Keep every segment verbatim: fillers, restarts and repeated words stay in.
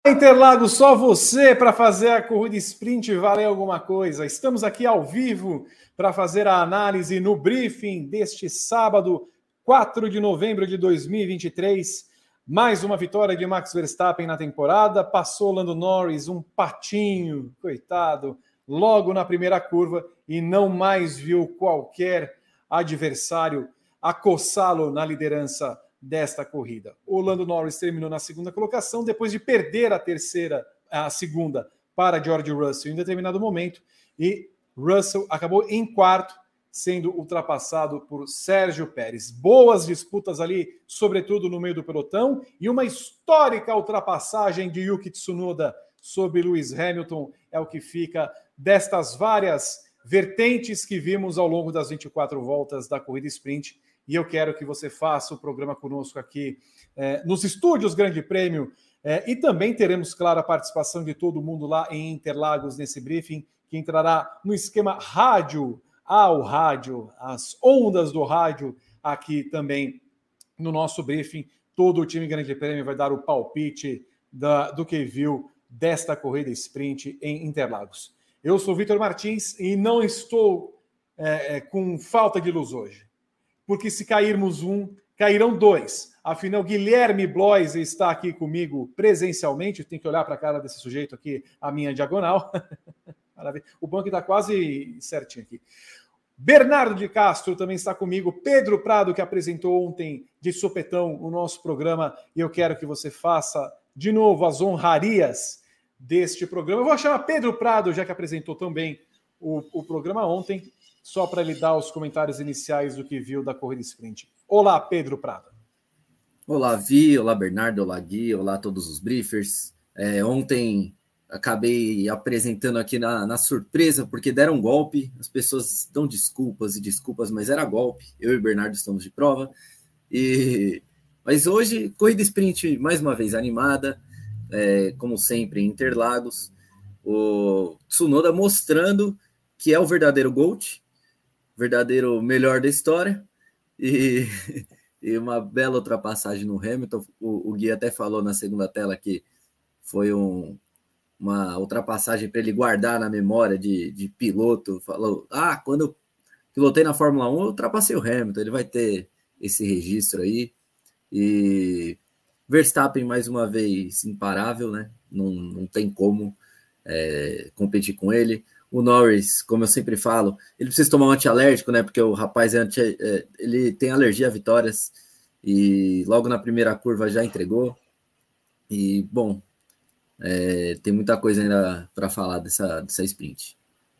Interlagos, só você para fazer a corrida sprint valer alguma coisa. Estamos aqui ao vivo para fazer a análise no briefing deste sábado, quatro de novembro de dois mil e vinte e três. Mais uma vitória de Max Verstappen na temporada. Passou Lando Norris, um patinho, coitado, logo na primeira curva e não mais viu qualquer adversário acossá-lo na liderança desta corrida. O Lando Norris terminou na segunda colocação, depois de perder a terceira, a segunda, para George Russell em determinado momento, e Russell acabou em quarto, sendo ultrapassado por Sérgio Pérez. Boas disputas ali, sobretudo no meio do pelotão, e uma histórica ultrapassagem de Yuki Tsunoda sobre Lewis Hamilton é o que fica destas várias vertentes que vimos ao longo das vinte e quatro voltas da corrida sprint. E eu quero que você faça o programa conosco aqui eh, nos estúdios Grande Prêmio. Eh, e também teremos, claro, a participação de todo mundo lá em Interlagos nesse briefing, que entrará no esquema rádio, ao rádio, as ondas do rádio aqui também no nosso briefing. Todo o time Grande Prêmio vai dar o palpite da, do que viu desta corrida sprint em Interlagos. Eu sou Vitor Martins e não estou eh, com falta de luz hoje. Porque se cairmos um, cairão dois. Afinal, Guilherme Blois está aqui comigo presencialmente. Tem que olhar para a cara desse sujeito aqui, a minha diagonal. O banco está quase certinho aqui. Bernardo de Castro também está comigo. Pedro Prado, que apresentou ontem de sopetão o nosso programa. E eu quero que você faça de novo as honrarias deste programa. Eu vou chamar Pedro Prado, já que apresentou também o, o programa ontem, só para ele dar os comentários iniciais do que viu da corrida sprint. Olá, Pedro Prado. Olá, Vi. Olá, Bernardo. Olá, Gui. Olá a todos os briefers. É, ontem acabei apresentando aqui na, na surpresa, porque deram um golpe. As pessoas dão desculpas e desculpas, mas era golpe. Eu e o Bernardo estamos de prova. E... Mas hoje, corrida sprint mais uma vez animada, é, como sempre, em Interlagos. O Tsunoda mostrando que é o verdadeiro GOAT, verdadeiro melhor da história, e, e uma bela ultrapassagem no Hamilton. O, o Gui até falou na segunda tela que foi um, uma ultrapassagem para ele guardar na memória de, de piloto. Falou, ah, quando eu pilotei na Fórmula um, eu ultrapassei o Hamilton, ele vai ter esse registro aí. E Verstappen, mais uma vez, imparável, né? Não, não tem como é, competir com ele. O Norris, como eu sempre falo, ele precisa tomar um antialérgico, né? Porque o rapaz é anti, é, ele tem alergia a vitórias e logo na primeira curva já entregou. E, bom, é, tem muita coisa ainda para falar dessa, dessa sprint.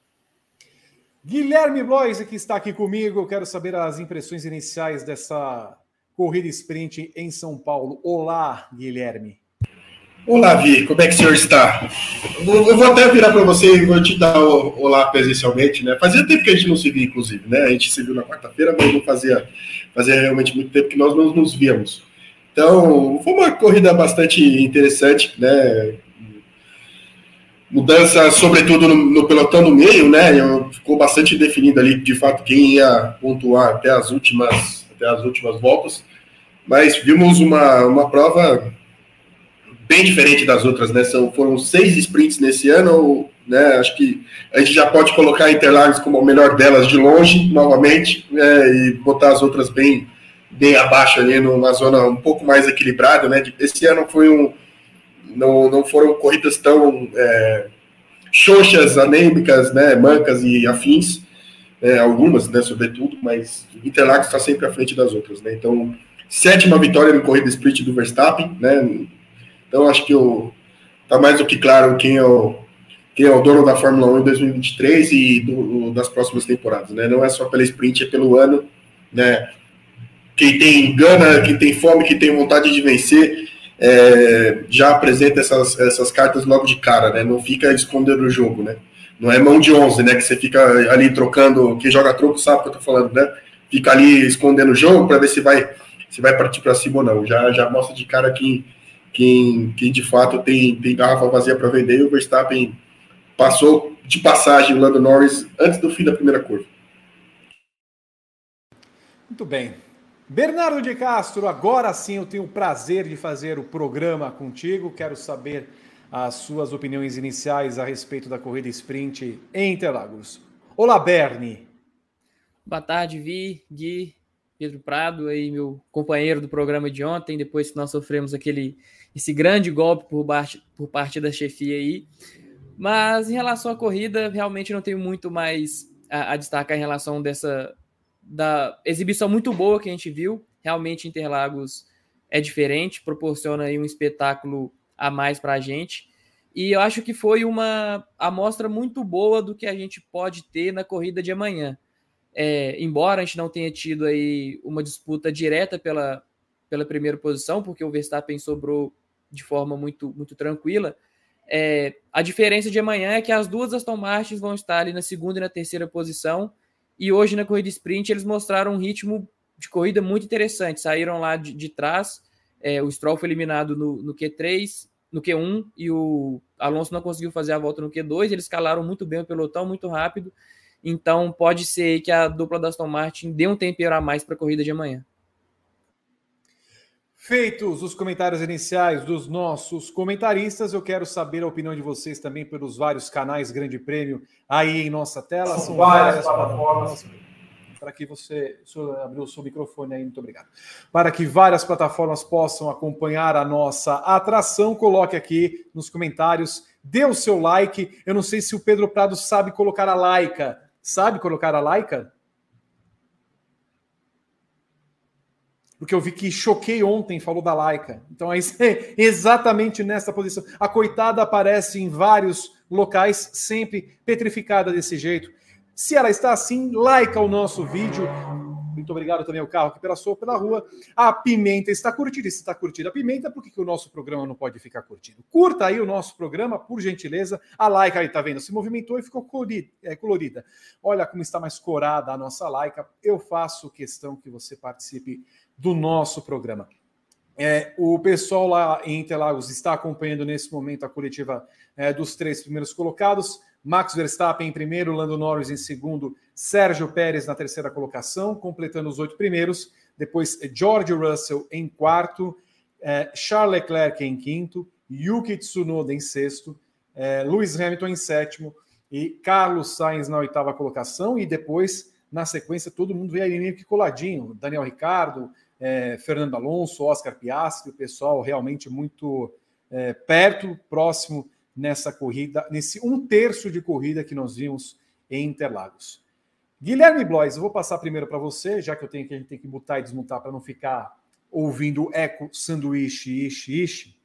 Guilherme Blois, que está aqui comigo, eu quero saber as impressões iniciais dessa corrida sprint em São Paulo. Olá, Guilherme. Olá, Vi, como é que o senhor está? Eu vou até virar para você e vou te dar o olá presencialmente, né? Fazia tempo que a gente não se via, inclusive, né? A gente se viu na quarta-feira, mas não fazia, fazia realmente muito tempo que nós não nos víamos. Então, foi uma corrida bastante interessante, né? Mudança, sobretudo no, no pelotão do meio, né? Ficou bastante definido ali, de fato, quem ia pontuar até as últimas, até as últimas voltas. Mas vimos uma, uma prova bem diferente das outras, né? São, foram seis sprints nesse ano, né? Acho que a gente já pode colocar Interlagos como a melhor delas de longe, novamente, né? E botar as outras bem, bem abaixo ali, numa zona um pouco mais equilibrada, né? Esse ano foi um, não, não foram corridas tão é, xoxas, anêmicas, né? Mancas e afins, é, algumas, né? Sobretudo, mas Interlagos está sempre à frente das outras, né? Então, sétima vitória no corrida sprint do Verstappen, né? Então, acho que está mais do que claro quem é, o, quem é o dono da Fórmula um em dois mil e vinte e três e do, das próximas temporadas, né? Não é só pela sprint, é pelo ano, né? Quem tem gana, quem tem fome, quem tem vontade de vencer, é, já apresenta essas, essas cartas logo de cara, né? Não fica escondendo o jogo, né? Não é mão de onze, né? Que você fica ali trocando, quem joga troco sabe o que eu tô falando, né? Fica ali escondendo o jogo para ver se vai, se vai partir para cima ou não. Já, já mostra de cara que Quem, quem de fato tem, tem garrafa vazia para vender, o Verstappen passou de passagem o Lando Norris antes do fim da primeira curva. Muito bem. Bernardo de Castro, agora sim eu tenho o prazer de fazer o programa contigo. Quero saber as suas opiniões iniciais a respeito da corrida sprint em Interlagos. Olá, Bernie. Boa tarde, Vi, Gui, Pedro Prado, aí, meu companheiro do programa de ontem, depois que nós sofremos aquele, esse grande golpe por parte, por parte da chefia aí. Mas em relação à corrida, realmente não tenho muito mais a, a destacar em relação dessa da exibição muito boa que a gente viu. Realmente Interlagos é diferente, proporciona aí um espetáculo a mais para a gente. E eu acho que foi uma amostra muito boa do que a gente pode ter na corrida de amanhã. É, embora a gente não tenha tido aí uma disputa direta pela, pela primeira posição, porque o Verstappen sobrou de forma muito, muito tranquila, é, a diferença de amanhã é que as duas Aston Martins vão estar ali na segunda e na terceira posição, e hoje na corrida sprint eles mostraram um ritmo de corrida muito interessante, saíram lá de, de trás, é, o Stroll foi eliminado no, no Q três, no Q um, e o Alonso não conseguiu fazer a volta no Q dois, eles escalaram muito bem o pelotão, muito rápido. Então, pode ser que a dupla da Aston Martin dê um tempero a mais para a corrida de amanhã. Feitos os comentários iniciais dos nossos comentaristas, eu quero saber a opinião de vocês também pelos vários canais Grande Prêmio aí em nossa tela. São várias plataformas. Para que você... O senhor abriu o seu microfone aí, muito obrigado. Para que várias plataformas possam acompanhar a nossa atração, coloque aqui nos comentários, dê o seu like. Eu não sei se o Pedro Prado sabe colocar a Laika. Sabe colocar a Laika? Porque eu vi que Choquei ontem falou da Laika. Então é exatamente nessa posição. A coitada aparece em vários locais, sempre petrificada desse jeito. Se ela está assim, like o nosso vídeo. Muito obrigado também ao carro que passou pela rua. A Pimenta está curtida. Se está curtida a Pimenta, por que, que o nosso programa não pode ficar curtido? Curta aí o nosso programa, por gentileza. A Laika aí, tá vendo? Se movimentou e ficou colorida. Olha como está mais corada a nossa Laika. Eu faço questão que você participe do nosso programa. É, o pessoal lá em Interlagos está acompanhando nesse momento a coletiva é, dos três primeiros colocados. Max Verstappen em primeiro, Lando Norris em segundo, Sérgio Pérez na terceira colocação, completando os oito primeiros. Depois, George Russell em quarto, eh, Charles Leclerc em quinto, Yuki Tsunoda em sexto, eh, Lewis Hamilton em sétimo e Carlos Sainz na oitava colocação. E depois, na sequência, todo mundo veio ali meio que coladinho. Daniel Ricciardo, eh, Fernando Alonso, Oscar Piastri, o pessoal realmente muito eh, perto, próximo nessa corrida, nesse um terço de corrida que nós vimos em Interlagos. Guilherme Blois, eu vou passar primeiro para você, já que eu tenho que a gente tem que mutar e desmutar para não ficar ouvindo eco, sanduíche, ishi, ishi.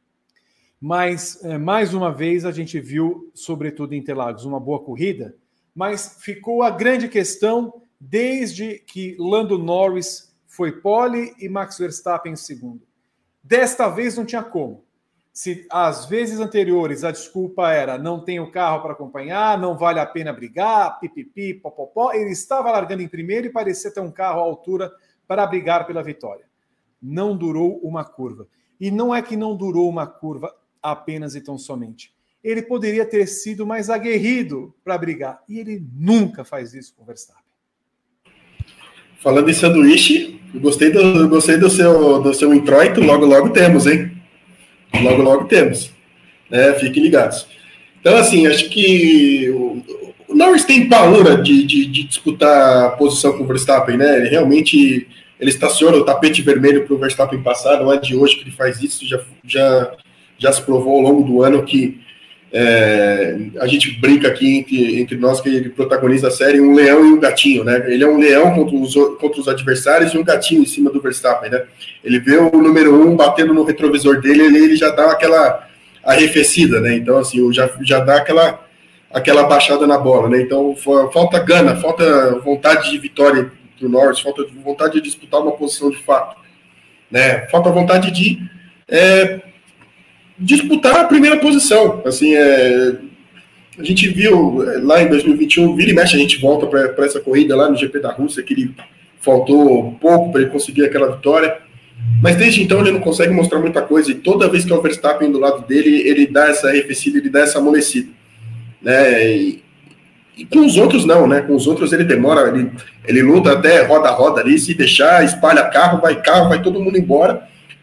Mas, é, mais uma vez, a gente viu, sobretudo em Interlagos, uma boa corrida, mas ficou a grande questão desde que Lando Norris foi pole e Max Verstappen em segundo. Desta vez não tinha como. Se às vezes anteriores a desculpa era não tenho carro para acompanhar, não vale a pena brigar, pipipi, popopó, ele estava largando em primeiro e parecia ter um carro à altura para brigar pela vitória. Não durou uma curva. E não é que não durou uma curva apenas e tão somente. Ele poderia ter sido mais aguerrido para brigar. E ele nunca faz isso com o Verstappen. Falando em sanduíche, eu gostei do, eu gostei do seu, do seu introito, logo logo temos, hein? Logo, logo temos. Né? Fiquem ligados. Então, assim, acho que o, o Norris tem paura de, de, de disputar a posição com o Verstappen, né? Ele realmente ele estaciona o tapete vermelho para o Verstappen passar, não é de hoje que ele faz isso, já, já, já se provou ao longo do ano que é, a gente brinca aqui entre, entre nós que ele protagoniza a série um leão e um gatinho, né? Ele é um leão contra os, contra os adversários e um gatinho em cima do Verstappen, né? Ele vê o número um batendo no retrovisor dele, ele, ele já dá aquela arrefecida, né? Então, assim, já, já dá aquela, aquela baixada na bola, né? Então, falta gana, falta vontade de vitória do Norris, falta vontade de disputar uma posição de fato, né? Falta vontade de é, disputar a primeira posição. Assim, é, a gente viu lá em dois mil e vinte e um, vira e mexe, a gente volta para essa corrida lá no G P da Rússia, que ele faltou pouco para ele conseguir aquela vitória, mas desde então ele não consegue mostrar muita coisa, e toda vez que é o Verstappen do lado dele, ele dá essa arrefecida, ele dá essa amolecida, né? E, e com os outros não, né? Com os outros ele demora, ele, ele luta até roda a roda ali, se deixar, espalha carro, vai carro, vai todo mundo embora,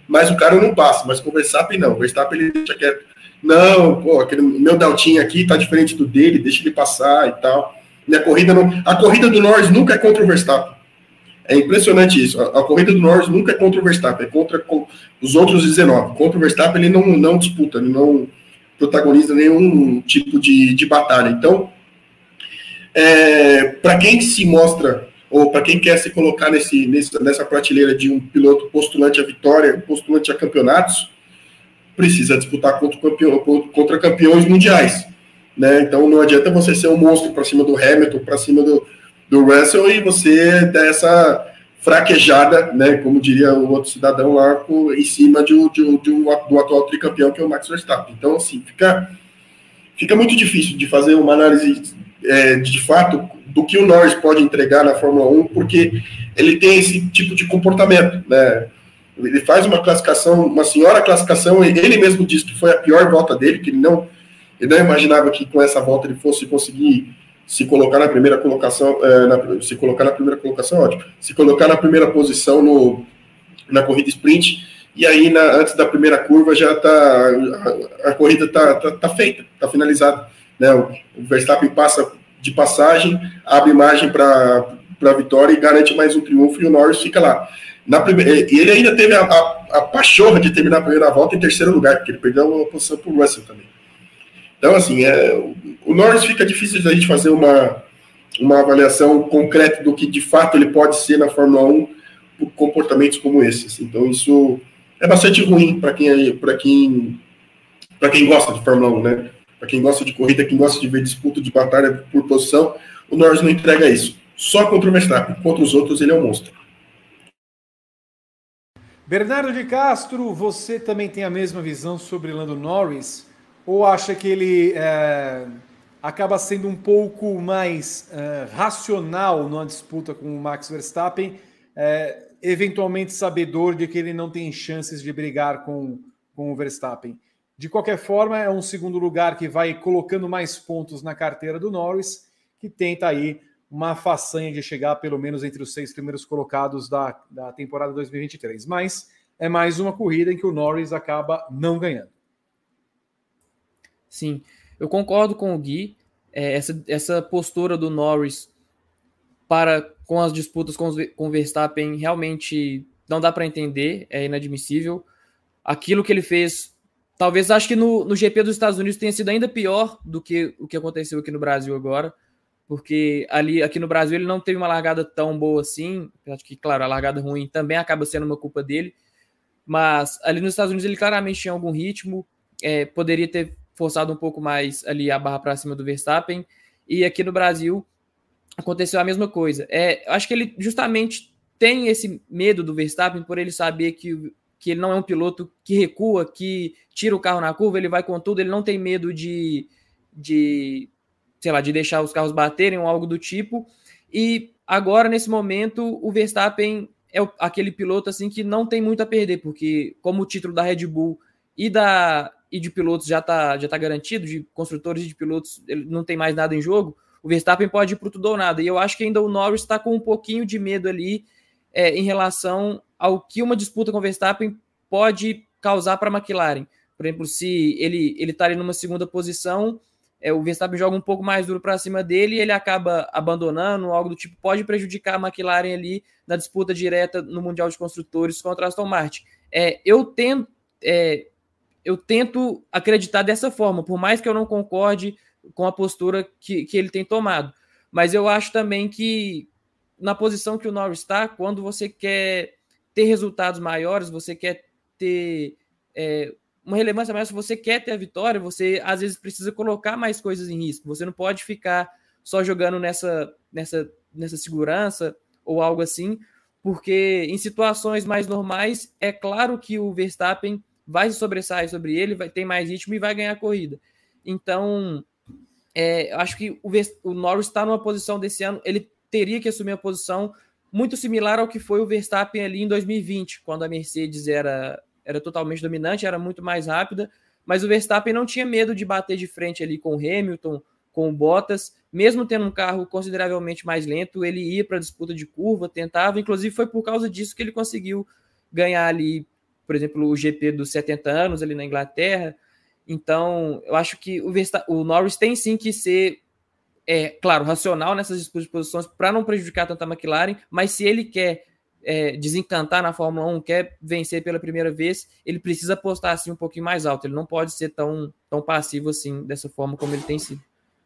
mas o cara não passa. Mas com o Verstappen, não. O Verstappen, ele deixa quieto. Não, pô, aquele meu Daltinho aqui tá diferente do dele, deixa ele passar e tal. E a corrida, não, a corrida do Norris nunca é contra o Verstappen. É impressionante isso. A, a corrida do Norris nunca é contra o Verstappen, é contra com, os outros dezenove. Contra o Verstappen, ele não, não disputa, ele não protagoniza nenhum tipo de, de batalha. Então, é, para quem se mostra, ou para quem quer se colocar nesse, nesse, nessa prateleira de um piloto postulante à vitória, postulante a campeonatos, precisa disputar contra, campeão, contra campeões mundiais. Né? Então, não adianta você ser um monstro para cima do Hamilton, para cima do, do Russell, e você dar essa fraquejada, né, como diria o outro cidadão lá, em cima de, de, de um, do atual tricampeão, que é o Max Verstappen. Então, assim, fica, fica muito difícil de fazer uma análise é, de fato do que o Norris pode entregar na Fórmula um, porque ele tem esse tipo de comportamento, né? Ele faz uma classificação, uma senhora classificação, e ele mesmo disse que foi a pior volta dele, que ele não, ele não imaginava que com essa volta ele fosse conseguir se colocar na primeira colocação, é, na, se colocar na primeira colocação, ótimo, se colocar na primeira posição no, na corrida sprint, e aí na, antes da primeira curva já tá, a, a corrida tá, tá, tá feita, tá finalizada, né? O, o Verstappen passa de passagem, abre margem para a vitória e garante mais um triunfo, e o Norris fica lá. Na primeira, e ele ainda teve a, a, a pachorra de terminar a primeira volta em terceiro lugar, porque ele perdeu a posição para o Russell também. Então, assim, é, o Norris fica difícil de a gente fazer uma, uma avaliação concreta do que de fato ele pode ser na Fórmula um por comportamentos como esses. Então, isso é bastante ruim para quem, para quem, para quem gosta de Fórmula um, né? Para quem gosta de corrida, quem gosta de ver disputa de batalha por posição, o Norris não entrega isso. Só contra o Verstappen, contra os outros ele é um monstro. Bernardo de Castro, você também tem a mesma visão sobre Lando Norris? Ou acha que ele é, acaba sendo um pouco mais é, racional numa disputa com o Max Verstappen, é, eventualmente sabedor de que ele não tem chances de brigar com, com o Verstappen? De qualquer forma, é um segundo lugar que vai colocando mais pontos na carteira do Norris, que tenta aí uma façanha de chegar pelo menos entre os seis primeiros colocados da, da temporada dois mil e vinte e três. Mas é mais uma corrida em que o Norris acaba não ganhando. Sim, eu concordo com o Gui. É, essa, essa postura do Norris para, com as disputas com o Verstappen realmente não dá para entender, é inadmissível. Aquilo que ele fez, talvez acho que no, no G P dos Estados Unidos tenha sido ainda pior do que o que aconteceu aqui no Brasil agora, porque ali, aqui no Brasil ele não teve uma largada tão boa assim. Acho que, claro, a largada ruim também acaba sendo uma culpa dele, mas ali nos Estados Unidos ele claramente tinha algum ritmo, é, poderia ter forçado um pouco mais ali a barra para cima do Verstappen, e aqui no Brasil aconteceu a mesma coisa. É, acho que ele justamente tem esse medo do Verstappen por ele saber que, que ele não é um piloto que recua, que tira o carro na curva, ele vai com tudo, ele não tem medo de, de sei lá, de deixar os carros baterem ou algo do tipo, e agora, nesse momento, o Verstappen é aquele piloto assim que não tem muito a perder, porque como o título da Red Bull e, da, e de pilotos já está já tá garantido, de construtores e de pilotos, ele não tem mais nada em jogo, o Verstappen pode ir para tudo ou nada, e eu acho que ainda o Norris está com um pouquinho de medo ali é, em relação ao que uma disputa com o Verstappen pode causar para a McLaren. Por exemplo, se ele ele está ali numa segunda posição, É, o Verstappen joga um pouco mais duro para cima dele e ele acaba abandonando, algo do tipo, pode prejudicar a McLaren ali na disputa direta no Mundial de Construtores contra a Aston Martin. É, eu, tento, é, eu tento acreditar dessa forma, por mais que eu não concorde com a postura que, que ele tem tomado. Mas eu acho também que na posição que o Norris está, quando você quer ter resultados maiores, você quer ter... É, uma relevância maior, se você quer ter a vitória, você às vezes precisa colocar mais coisas em risco. Você não pode ficar só jogando nessa, nessa, nessa segurança ou algo assim, porque em situações mais normais, é claro que o Verstappen vai se sobressair sobre ele, vai ter mais ritmo e vai ganhar a corrida. Então, é, acho que o, o Norris está numa posição desse ano, ele teria que assumir uma posição muito similar ao que foi o Verstappen ali em dois mil e vinte, quando a Mercedes era... era totalmente dominante, era muito mais rápida, mas o Verstappen não tinha medo de bater de frente ali com o Hamilton, com o Bottas, mesmo tendo um carro consideravelmente mais lento, ele ia para a disputa de curva, tentava, inclusive foi por causa disso que ele conseguiu ganhar ali por exemplo, o G P dos setenta anos ali na Inglaterra. Então, eu acho que o, Verstappen, o Norris tem sim que ser, é, claro, racional nessas disputas de posições para não prejudicar tanto a McLaren, mas se ele quer é, desencantar na Fórmula um, quer vencer pela primeira vez, ele precisa apostar assim um pouquinho mais alto, ele não pode ser tão, tão passivo assim, dessa forma como ele tem sido.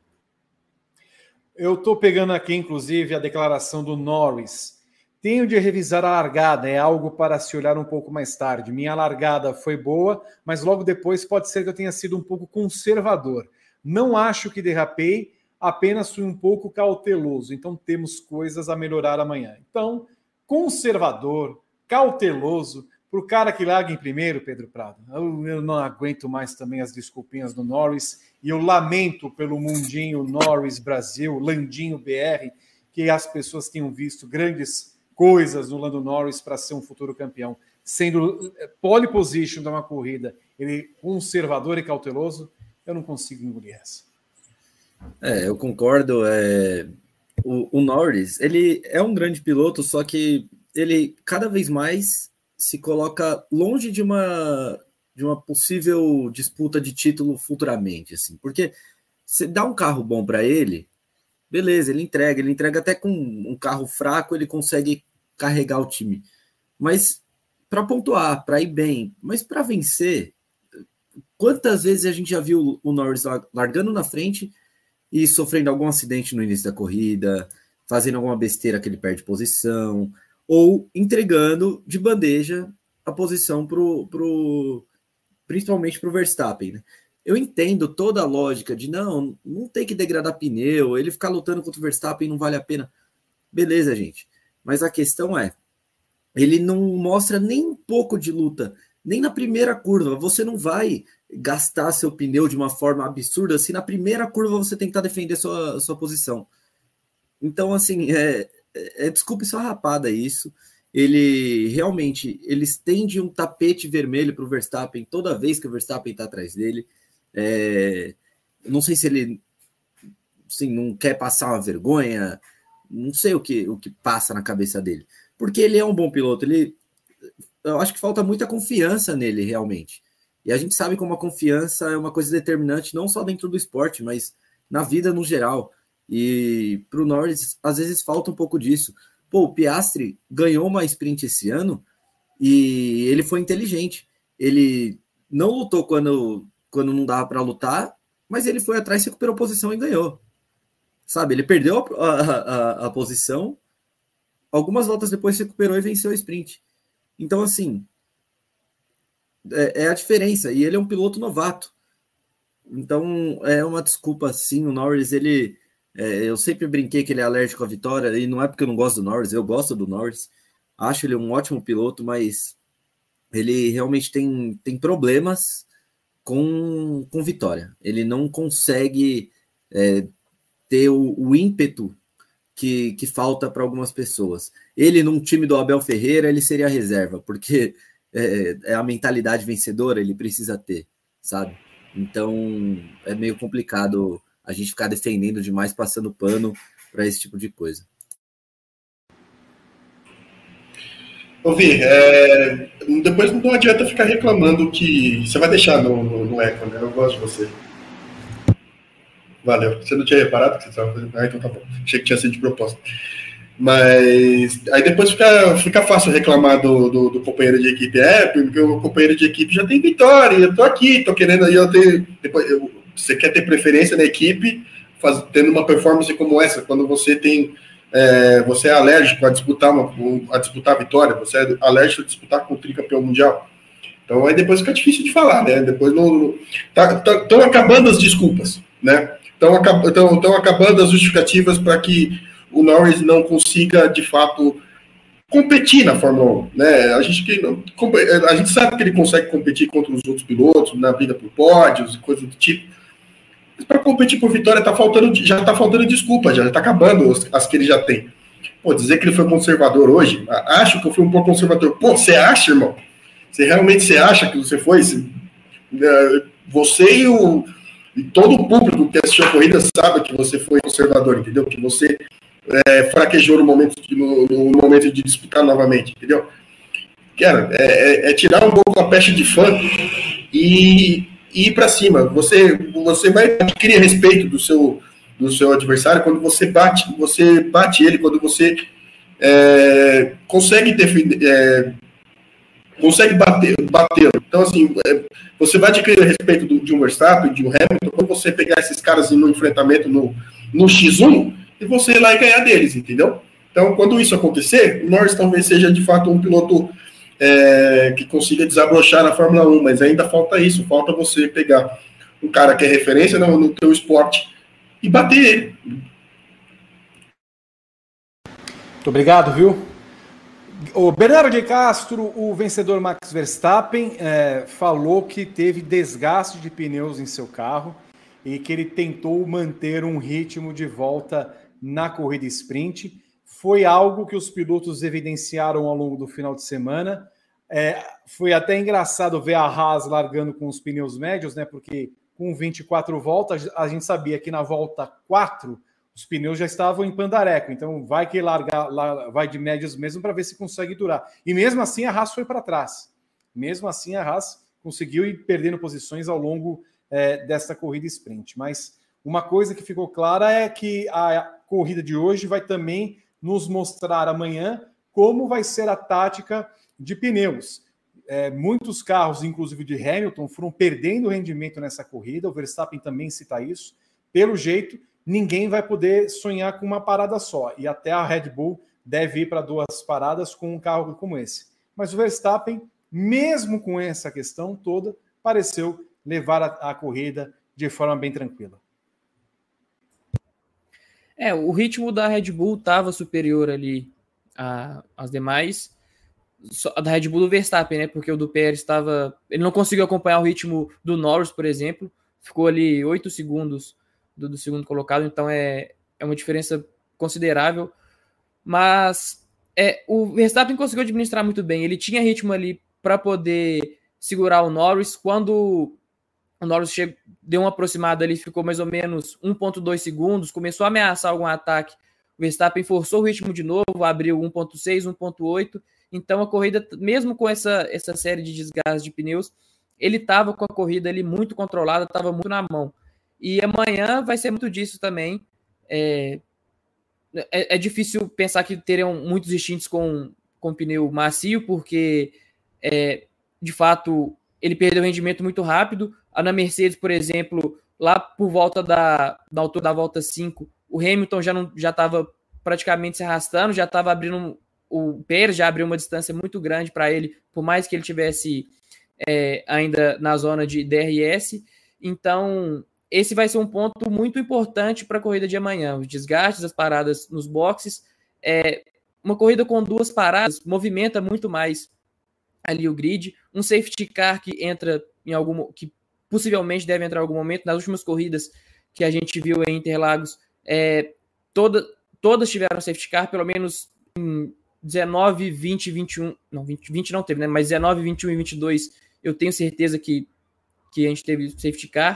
Eu estou pegando aqui, inclusive, a declaração do Norris. Tenho de revisar a largada, é algo para se olhar um pouco mais tarde. Minha largada foi boa, mas logo depois pode ser que eu tenha sido um pouco conservador. Não acho que derrapei, apenas fui um pouco cauteloso. Então temos coisas a melhorar amanhã. Então, conservador, cauteloso, para o cara que larga em primeiro, Pedro Prado. Eu, eu não aguento mais também as desculpinhas do Norris, e eu lamento pelo mundinho Norris Brasil, Landinho B R, que as pessoas tenham visto grandes coisas no Lando Norris para ser um futuro campeão. Sendo pole position de uma corrida, ele conservador e cauteloso, eu não consigo engolir essa. É, eu concordo. É... O, o Norris, ele é um grande piloto, só que ele cada vez mais se coloca longe de uma, de uma possível disputa de título futuramente, assim, porque você dá um carro bom para ele, beleza, ele entrega, ele entrega até com um carro fraco, ele consegue carregar o time. Mas para pontuar, para ir bem, mas para vencer, quantas vezes a gente já viu o Norris largando na frente e sofrendo algum acidente no início da corrida, fazendo alguma besteira que ele perde posição, ou entregando de bandeja a posição pro, pro, principalmente para o Verstappen, né? Eu entendo toda a lógica de não, não tem que degradar pneu, ele ficar lutando contra o Verstappen não vale a pena. Beleza, gente. Mas a questão é, ele não mostra nem um pouco de luta, nem na primeira curva. Você não vai gastar seu pneu de uma forma absurda se na primeira curva você tentar defender sua, sua posição. Então, assim, é, é, desculpe sua rapada isso. Ele realmente, ele estende um tapete vermelho para o Verstappen toda vez que o Verstappen está atrás dele. É, não sei se ele assim, não quer passar uma vergonha, não sei o que, o que passa na cabeça dele, porque ele é um bom piloto, ele, eu acho que falta muita confiança nele realmente, e a gente sabe como a confiança é uma coisa determinante não só dentro do esporte, mas na vida no geral, e para o Norris às vezes falta um pouco disso. Pô, o Piastri ganhou uma sprint esse ano e ele foi inteligente, ele não lutou quando quando não dava para lutar, mas ele foi atrás, recuperou posição e ganhou. Sabe, ele perdeu a, a, a, a posição, algumas voltas depois recuperou e venceu a sprint. Então, assim, é, é a diferença, e ele é um piloto novato. Então, é uma desculpa, sim, o Norris, ele... É, eu sempre brinquei que ele é alérgico à vitória, e não é porque eu não gosto do Norris, eu gosto do Norris, acho ele um ótimo piloto, mas ele realmente tem, tem problemas Com, com vitória. Ele não consegue é, ter o, o ímpeto que, que falta para algumas pessoas. Ele, num time do Abel Ferreira, ele seria reserva, porque é, é a mentalidade vencedora, ele precisa ter, sabe? Então, é meio complicado a gente ficar defendendo demais, passando pano para esse tipo de coisa. Ouvi, é, depois não adianta ficar reclamando que... Você vai deixar no, no, no eco, né? Eu gosto de você. Valeu. Você não tinha reparado que você estava fazendo? Ah, então tá bom. Achei que tinha sido de propósito. Mas aí depois fica, fica fácil reclamar do, do, do companheiro de equipe. É, porque o companheiro de equipe já tem vitória, eu tô aqui, tô querendo aí, eu tenho... Depois, eu, você quer ter preferência na equipe, faz, tendo uma performance como essa, quando você tem... É, você é alérgico a disputar, uma, a disputar a vitória, você é alérgico a disputar com o tricampeão mundial. Então aí depois fica difícil de falar, né? Depois não. Estão tá, tá, acabando as desculpas, né? Estão acab, acabando as justificativas para que o Norris não consiga, de fato, competir na Fórmula um. Né? A, gente, a gente sabe que ele consegue competir contra os outros pilotos, na briga por pódios e coisas do tipo. Para competir por vitória tá faltando, já está faltando desculpa, já está acabando as, as que ele já tem. Pô, dizer que ele foi conservador hoje, acho que eu fui um pouco conservador. Pô, você acha, irmão? Você realmente você acha que você foi? Você e, o, e todo o público que assistiu a corrida sabe que você foi conservador, entendeu? Que você é, fraquejou no momento, de, no, no momento de disputar novamente, entendeu? cara, é, é, é tirar um pouco a pecha de fã e, e ir para cima. Você, você vai adquirir respeito do seu, do seu adversário quando você bate, você bate ele, quando você é, consegue defender, é, consegue bater, batê-lo. Então, assim, é, você vai adquirir respeito do, de um Verstappen, de um Hamilton, quando você pegar esses caras no enfrentamento no, no X um e você ir lá e ganhar deles, entendeu? Então, quando isso acontecer, o Norris talvez seja, de fato, um piloto é, que consiga desabrochar na Fórmula um, mas ainda falta isso, falta você pegar um cara que é referência no, no teu esporte e bater ele. Muito obrigado, viu? O Bernardo de Castro, o vencedor Max Verstappen, é, falou que teve desgaste de pneus em seu carro e que ele tentou manter um ritmo de volta na corrida sprint. Foi algo que os pilotos evidenciaram ao longo do final de semana. É, foi até engraçado ver a Haas largando com os pneus médios, né? Porque com vinte e quatro voltas, a gente sabia que na volta quatro os pneus já estavam em pandareco, então vai que largar, vai de médios mesmo para ver se consegue durar. E mesmo assim a Haas foi para trás. Mesmo assim a Haas conseguiu ir perdendo posições ao longo é, desta corrida sprint. Mas uma coisa que ficou clara é que a corrida de hoje vai também nos mostrar amanhã como vai ser a tática de pneus. É, muitos carros, inclusive de Hamilton, foram perdendo rendimento nessa corrida. O Verstappen também cita isso. Pelo jeito, ninguém vai poder sonhar com uma parada só. E até a Red Bull deve ir para duas paradas com um carro como esse. Mas o Verstappen, mesmo com essa questão toda, pareceu levar a, a corrida de forma bem tranquila. É, o ritmo da Red Bull estava superior ali às demais. A da Red Bull do Verstappen, né? Porque o do Pérez estava... Ele não conseguiu acompanhar o ritmo do Norris, por exemplo. Ficou ali oito segundos do, do segundo colocado, então é, é uma diferença considerável. Mas é, o Verstappen conseguiu administrar muito bem. Ele tinha ritmo ali para poder segurar o Norris. Quando o Norris chegou, deu uma aproximada ali, ficou mais ou menos um ponto dois segundos, começou a ameaçar algum ataque. O Verstappen forçou o ritmo de novo, abriu um ponto seis, um ponto oito. Então a corrida, mesmo com essa, essa série de desgastes de pneus, ele estava com a corrida ali muito controlada, estava muito na mão. E amanhã vai ser muito disso também. É, é, é difícil pensar que teriam muitos instintos com, com pneu macio, porque, é, de fato, ele perdeu rendimento muito rápido. Na Mercedes, por exemplo, lá por volta da, da altura da volta cinco, o Hamilton já não já estava praticamente se arrastando, já estava abrindo... O Pérez já abriu uma distância muito grande para ele, por mais que ele tivesse é, ainda na zona de D R S. Então, esse vai ser um ponto muito importante para a corrida de amanhã. Os desgastes, as paradas nos boxes. É, uma corrida com duas paradas movimenta muito mais ali o grid. Um safety car que entra em algum... que possivelmente deve entrar em algum momento. Nas últimas corridas que a gente viu em Interlagos, é, toda, todas tiveram safety car, pelo menos em dezenove, vinte, vinte e um... Não, vinte, vinte não teve, né? Mas dezenove, vinte e um e vinte e dois eu tenho certeza que, que a gente teve safety car.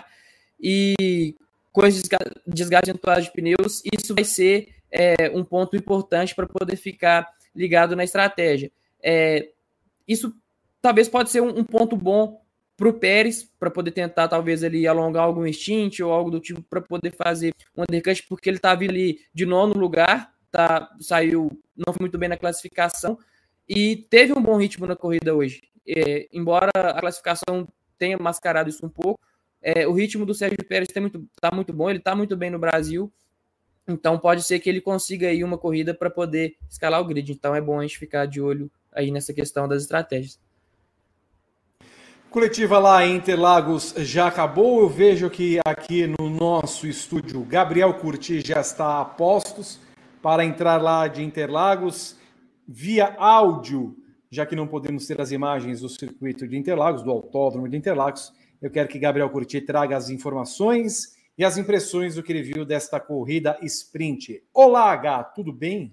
E com esse desgaste de pneus, isso vai ser é, um ponto importante para poder ficar ligado na estratégia. É, isso talvez pode ser um, um ponto bom para o Pérez, para poder tentar talvez ali alongar algum stint ou algo do tipo para poder fazer um undercut, porque ele estava ali de nono lugar, tá, saiu, não foi muito bem na classificação e teve um bom ritmo na corrida hoje. É, embora a classificação tenha mascarado isso um pouco, é, o ritmo do Sérgio Pérez está muito, tá muito bom, ele está muito bem no Brasil, então pode ser que ele consiga aí uma corrida para poder escalar o grid. Então é bom a gente ficar de olho aí nessa questão das estratégias. Coletiva lá em Interlagos já acabou. Eu vejo que aqui no nosso estúdio Gabriel Curti já está a postos para entrar lá de Interlagos via áudio, já que não podemos ter as imagens do circuito de Interlagos, do autódromo de Interlagos. Eu quero que Gabriel Curti traga as informações e as impressões do que ele viu desta corrida sprint. Olá, H, tudo bem?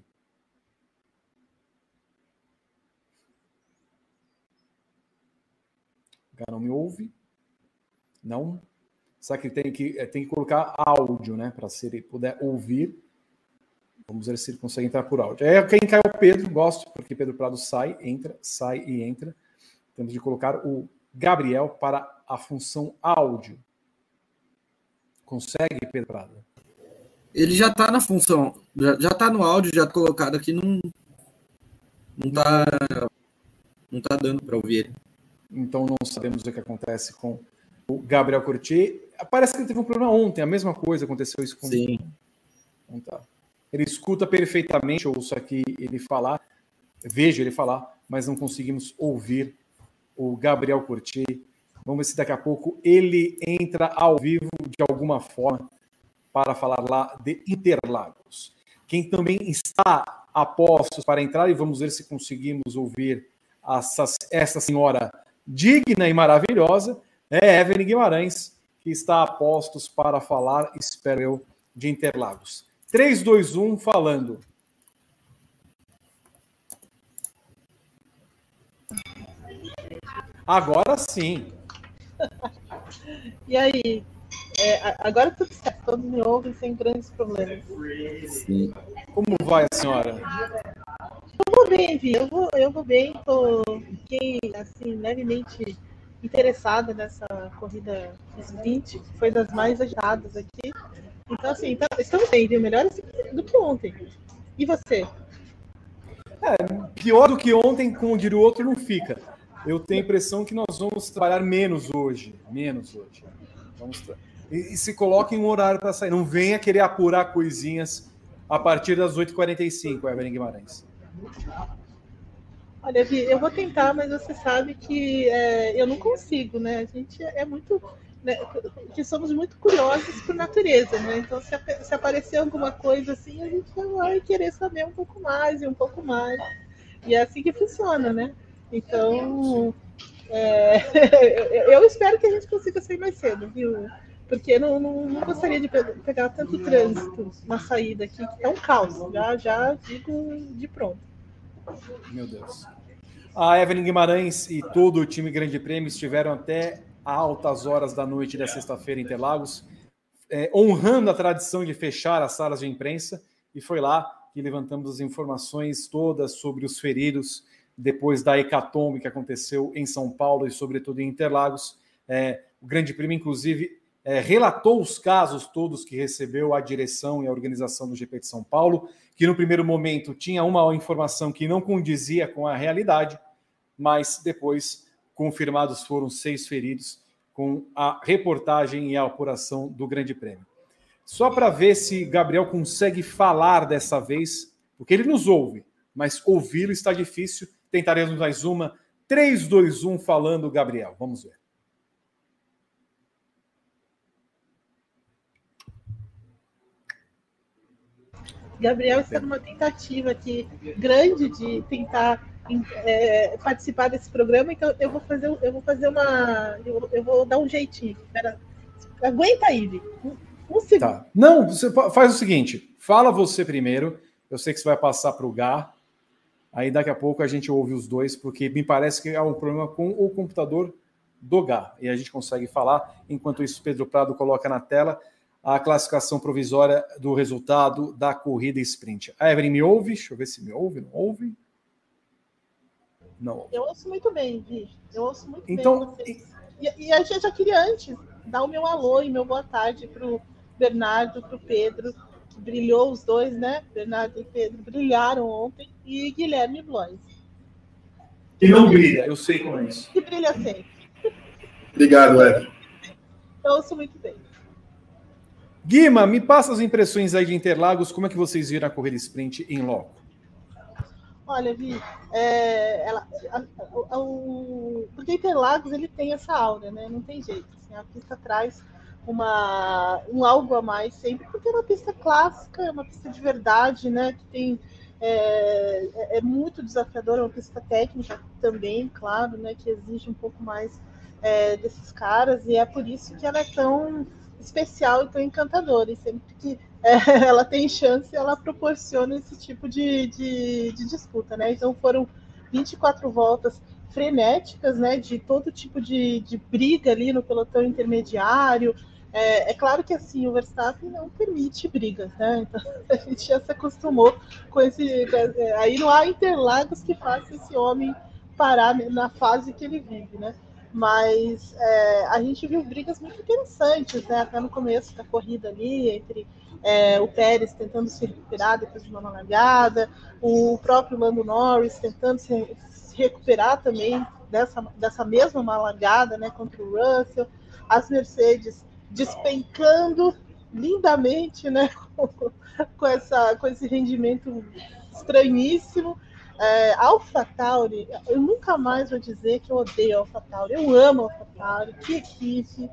O cara não me ouve? Não? Será que ele tem que, tem que colocar áudio, né? Para se ele puder ouvir. Vamos ver se ele consegue entrar por áudio. É quem caiu o Pedro, gosto, porque Pedro Prado sai, entra, sai e entra. Temos de colocar o Gabriel para a função áudio. Consegue, Pedro Prado? Ele já está na função, já, já tá no áudio, já colocado aqui, não, não tá, não tá dando para ouvir ele. Então não sabemos o que acontece com o Gabriel Curti. Parece que ele teve um problema ontem, a mesma coisa aconteceu isso com Sim. Então, tá. Ele escuta perfeitamente, ouço aqui ele falar, vejo ele falar, mas não conseguimos ouvir o Gabriel Curti. Vamos ver se daqui a pouco ele entra ao vivo de alguma forma para falar lá de Interlagos. Quem também está a postos para entrar, e vamos ver se conseguimos ouvir essa, essa senhora digna e maravilhosa, é Evelyn Guimarães, que está a postos para falar, espero eu, de Interlagos. três, dois, um, falando. Agora sim. E aí? É, agora tudo certo, todos me ouvem sem grandes problemas. Sim. Como vai a senhora? Eu vou bem, Vi, eu vou, eu vou bem, tô, fiquei assim, levemente interessada nessa corrida sprint, que foi das mais agitadas aqui. Então, assim, tá, estamos bem, viu? Melhor assim do que ontem. E você? É, pior do que ontem, como diria o outro, não fica. Eu tenho a impressão que nós vamos trabalhar menos hoje. Menos hoje. Vamos tra... e, e se coloque em um horário para sair. Não venha querer apurar coisinhas a partir das oito e quarenta e cinco, Evelyn Guimarães. Olha, Vi, eu vou tentar, mas você sabe que é, eu não consigo, né? A gente é muito... Né, que somos muito curiosos por natureza, né? Então, se, se aparecer alguma coisa assim, a gente vai querer saber um pouco mais e um pouco mais. E é assim que funciona, né? Então, é, eu espero que a gente consiga sair mais cedo, viu? Porque não, não, não gostaria de pegar tanto trânsito na saída aqui, que é um caos. Já, já digo de pronto. Meu Deus. A Evelyn Guimarães e todo o time Grande Prêmio estiveram até altas horas da noite da sexta-feira em Interlagos, é, honrando a tradição de fechar as salas de imprensa, e foi lá que levantamos as informações todas sobre os feridos depois da hecatombe que aconteceu em São Paulo e sobretudo em Interlagos. É, o Grande Prêmio, inclusive, é, relatou os casos todos que recebeu a direção e a organização do G P de São Paulo, que no primeiro momento tinha uma informação que não condizia com a realidade, mas depois confirmados foram seis feridos com a reportagem e a apuração do Grande Prêmio. Só para ver se Gabriel consegue falar dessa vez, porque ele nos ouve, mas ouvi-lo está difícil. Tentaremos mais uma. três, dois, um, falando, Gabriel. Vamos ver. Gabriel está numa tentativa aqui grande de tentar é, participar desse programa, então eu vou fazer, eu vou fazer uma. Eu, eu vou dar um jeitinho. Espera, aguenta aí, Vi. Um, um segundo. Tá. Não, você faz o seguinte: fala você primeiro. Eu sei que você vai passar para o Gá. Aí daqui a pouco a gente ouve os dois, porque me parece que há um problema com o computador do Gá. E a gente consegue falar. Enquanto isso, Pedro Prado coloca na tela a classificação provisória do resultado da corrida sprint. A Evelyn me ouve? Deixa eu ver se me ouve. Não ouve? Não. Eu ouço muito bem, Vi. Eu ouço muito então, bem vocês. E, e a gente já queria antes dar o meu alô e meu boa tarde para o Bernardo, para o Pedro, que brilhou os dois, né? Bernardo e Pedro brilharam ontem, e Guilherme Blois. Que não brilha, eu sei como é isso. Que brilha sempre. Obrigado, Evelyn. Eu ouço muito bem. Guima, me passa as impressões aí de Interlagos, como é que vocês viram a corrida sprint em loco? Olha, Vi, é, ela, a, a, a, o, porque Interlagos ele tem essa aura, né? Não tem jeito. Assim, a pista traz uma, um algo a mais sempre, porque é uma pista clássica, é uma pista de verdade, né? Que tem, é, é muito desafiadora, é uma pista técnica também, claro, né? Que exige um pouco mais é, desses caras, e é por isso que ela é tão especial e tão encantadora, e sempre que é, ela tem chance, ela proporciona esse tipo de, de, de disputa, né? Então foram vinte e quatro voltas frenéticas, né? De todo tipo de, de briga ali no pelotão intermediário, É, é claro que assim, o Verstappen não permite brigas, né? Então a gente já se acostumou com esse. Aí não há Interlagos que faça esse homem parar na fase que ele vive, né? Mas é, a gente viu brigas muito interessantes, né? Até no começo da corrida ali, entre é, o Pérez tentando se recuperar depois de uma largada, o próprio Lando Norris tentando se, se recuperar também dessa, dessa mesma largada, né? Contra o Russell, as Mercedes despencando lindamente, né, com, essa, com esse rendimento estranhíssimo. É, AlphaTauri, eu nunca mais vou dizer que eu odeio a AlphaTauri, eu amo a AlphaTauri, que equipe.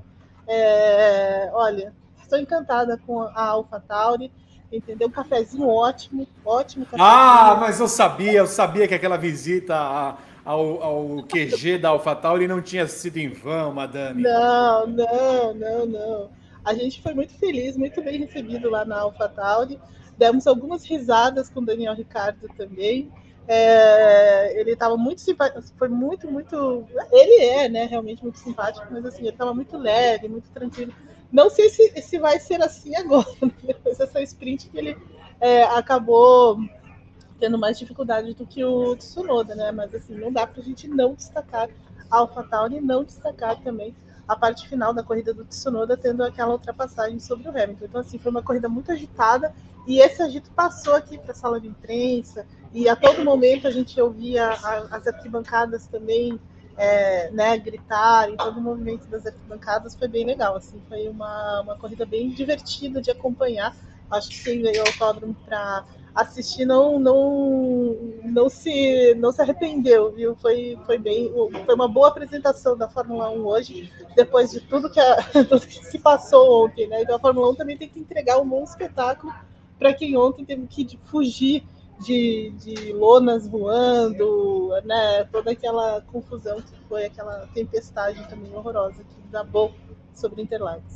É, olha, estou encantada com a AlphaTauri, entendeu? Um cafezinho ótimo, ótimo cafezinho. Ah, mas eu sabia, eu sabia que aquela visita a, ao, ao Q G da AlphaTauri não tinha sido em vão, madame. Não, não, não, não. A gente foi muito feliz, muito bem recebido lá na AlphaTauri. Demos algumas risadas com o Daniel Ricciardo também. É, ele estava muito simpático, foi muito, muito. Ele é, né, realmente muito simpático, mas assim, ele estava muito leve, muito tranquilo. Não sei se, se vai ser assim agora, depois dessa sprint que ele é, acabou tendo mais dificuldade do que o Tsunoda, né? Mas assim, não dá para a gente não destacar a AlphaTauri e não destacar também a parte final da corrida do Tsunoda, tendo aquela ultrapassagem sobre o Hamilton. Então, assim, foi uma corrida muito agitada e esse agito passou aqui para a sala de imprensa e a todo momento a gente ouvia a, as arquibancadas também é, né, gritar, em todo o movimento das arquibancadas foi bem legal. Assim, foi uma, uma corrida bem divertida de acompanhar. Acho que quem veio ao autódromo para assistir não não não se não se arrependeu, viu? Foi foi bem, foi uma boa apresentação da Fórmula um hoje, depois de tudo que, a, tudo que se passou ontem, né? Então a Fórmula um também tem que entregar um bom espetáculo para quem ontem teve que fugir de, de lonas voando, né? Toda aquela confusão que foi, aquela tempestade também horrorosa que desabou sobre Interlagos.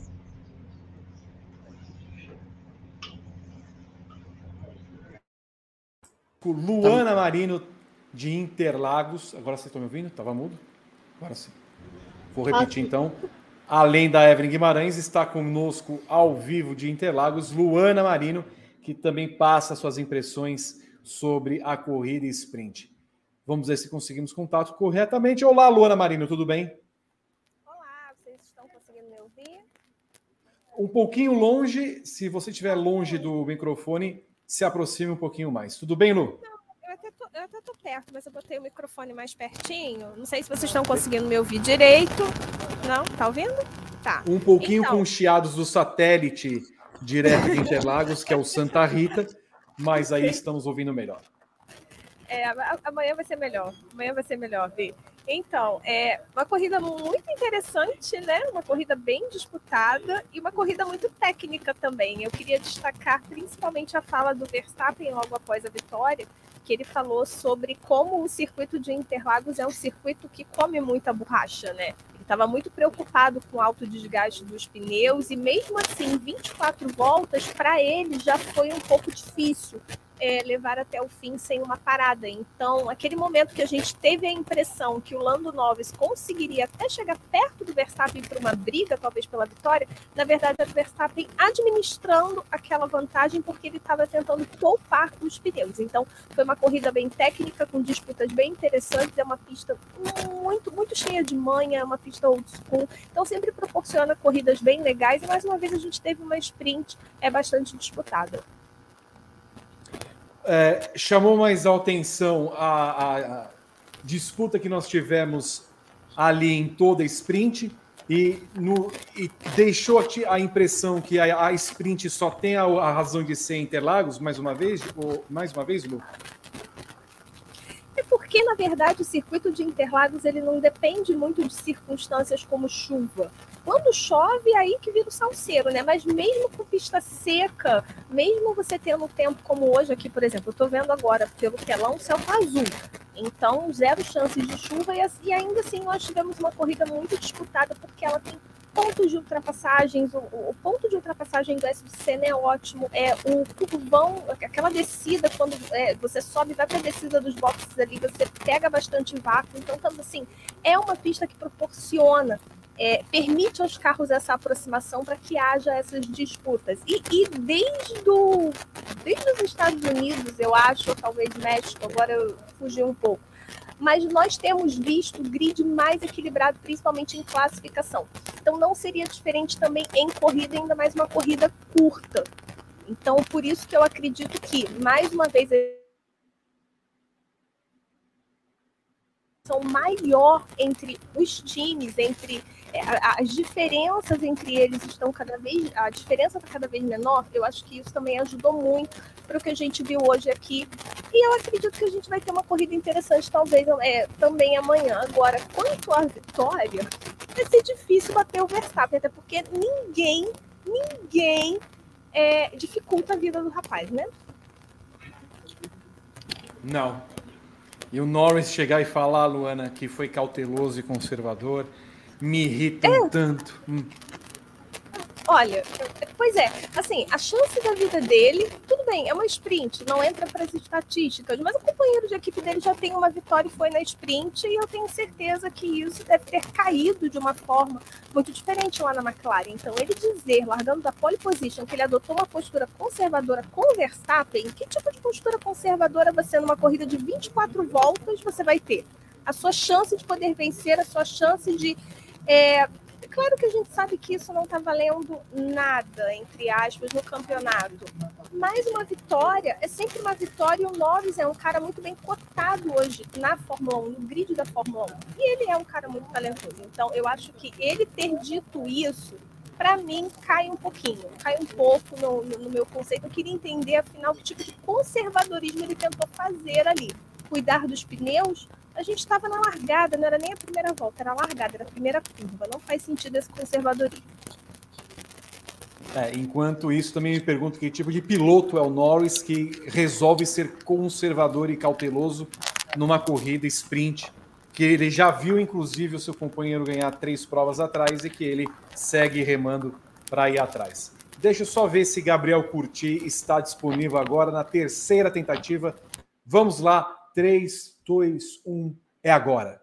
Luana Marino, de Interlagos. Agora vocês estão me ouvindo? Estava mudo? Agora sim. Vou repetir ah, então. Além da Evelyn Guimarães, está conosco ao vivo de Interlagos, Luana Marino, que também passa suas impressões sobre a corrida sprint. Vamos ver se conseguimos contato corretamente. Olá, Luana Marino, tudo bem? Olá, vocês estão conseguindo me ouvir? Um pouquinho longe, se você estiver longe do microfone, se aproxime um pouquinho mais. Tudo bem, Lu? Não, eu até tô, eu até tô perto, mas eu botei o microfone mais pertinho. Não sei se vocês estão conseguindo me ouvir direito. Não? Tá ouvindo? Tá. Um pouquinho então... com os chiados do satélite direto de Interlagos, que é o Santa Rita, mas aí estamos ouvindo melhor. É, amanhã vai ser melhor. Amanhã vai ser melhor, Vi. Então, é uma corrida muito interessante, né? Uma corrida bem disputada e uma corrida muito técnica também. Eu queria destacar principalmente a fala do Verstappen logo após a vitória, que ele falou sobre como o circuito de Interlagos é um circuito que come muita borracha, né? Ele estava muito preocupado com o alto desgaste dos pneus e mesmo assim, vinte e quatro voltas, para ele já foi um pouco difícil. É, levar até o fim sem uma parada. Então, aquele momento que a gente teve a impressão que o Lando Norris conseguiria até chegar perto do Verstappen para uma briga, talvez pela vitória, na verdade era o Verstappen administrando aquela vantagem porque ele estava tentando poupar os pneus. Então, foi uma corrida bem técnica, com disputas bem interessantes, é uma pista muito, muito cheia de manha, é uma pista old school, então sempre proporciona corridas bem legais e mais uma vez a gente teve uma sprint é bastante disputada. É, chamou mais a atenção a, a, a disputa que nós tivemos ali em toda a sprint e, no, e deixou a impressão que a, a sprint só tem a, a razão de ser Interlagos, mais uma vez, ou, mais uma vez, Lu? É porque, na verdade, o circuito de Interlagos ele não depende muito de circunstâncias como chuva. Quando chove, é aí que vira o salseiro, né? Mas mesmo com pista seca, mesmo você tendo um tempo como hoje aqui, por exemplo, eu estou vendo agora pelo telão, o céu tá azul. Então, zero chances de chuva e ainda assim nós tivemos uma corrida muito disputada porque ela tem pontos de ultrapassagens, o, o ponto de ultrapassagem do S V C é ótimo, é o curvão, aquela descida, quando é, você sobe, vai para a descida dos boxes ali, você pega bastante vácuo, então, assim, é uma pista que proporciona é, permite aos carros essa aproximação para que haja essas disputas. E, e desde, o, desde os Estados Unidos, eu acho, ou talvez México, agora eu fugi um pouco, mas nós temos visto o grid mais equilibrado, principalmente em classificação. Então não seria diferente também em corrida, ainda mais uma corrida curta. Então, por isso que eu acredito que, mais uma vez, são maior entre os times, entre é, as diferenças entre eles estão cada vez, a diferença está cada vez menor. Eu acho que isso também ajudou muito para o que a gente viu hoje aqui. E eu acredito que a gente vai ter uma corrida interessante, talvez é, também amanhã. Agora, quanto à vitória, vai ser difícil bater o Verstappen, até porque ninguém, ninguém é, dificulta a vida do rapaz, né? Não. E o Norris chegar e falar, Luana, que foi cauteloso e conservador, me irrita é. um tanto. Hum. Olha, pois é, assim, a chance da vida dele, tudo bem, é uma sprint, não entra para as estatísticas, mas o companheiro de equipe dele já tem uma vitória e foi na sprint, e eu tenho certeza que isso deve ter caído de uma forma muito diferente lá na McLaren. Então, ele dizer, largando da pole position, que ele adotou uma postura conservadora com o Verstappen, que tipo de postura conservadora você, numa corrida de vinte e quatro voltas, você vai ter? A sua chance de poder vencer, a sua chance de... É, claro que a gente sabe que isso não está valendo nada, entre aspas, no campeonato. Mas uma vitória é sempre uma vitória, e o Norris é um cara muito bem cotado hoje na Fórmula um, no grid da Fórmula um. E ele é um cara muito talentoso. Então, eu acho que ele ter dito isso, para mim, cai um pouquinho. Cai um pouco no, no, no meu conceito. Eu queria entender, afinal, que tipo de conservadorismo ele tentou fazer ali. Cuidar dos pneus. A gente estava na largada, não era nem a primeira volta, era a largada, era a primeira curva. Não faz sentido esse conservadorismo. É, enquanto isso, também me pergunto que tipo de piloto é o Norris que resolve ser conservador e cauteloso numa corrida sprint, que ele já viu, inclusive, o seu companheiro ganhar três provas atrás e que ele segue remando para ir atrás. Deixa eu só ver se Gabriel Curti está disponível agora na terceira tentativa. Vamos lá, três, dois, um, é agora.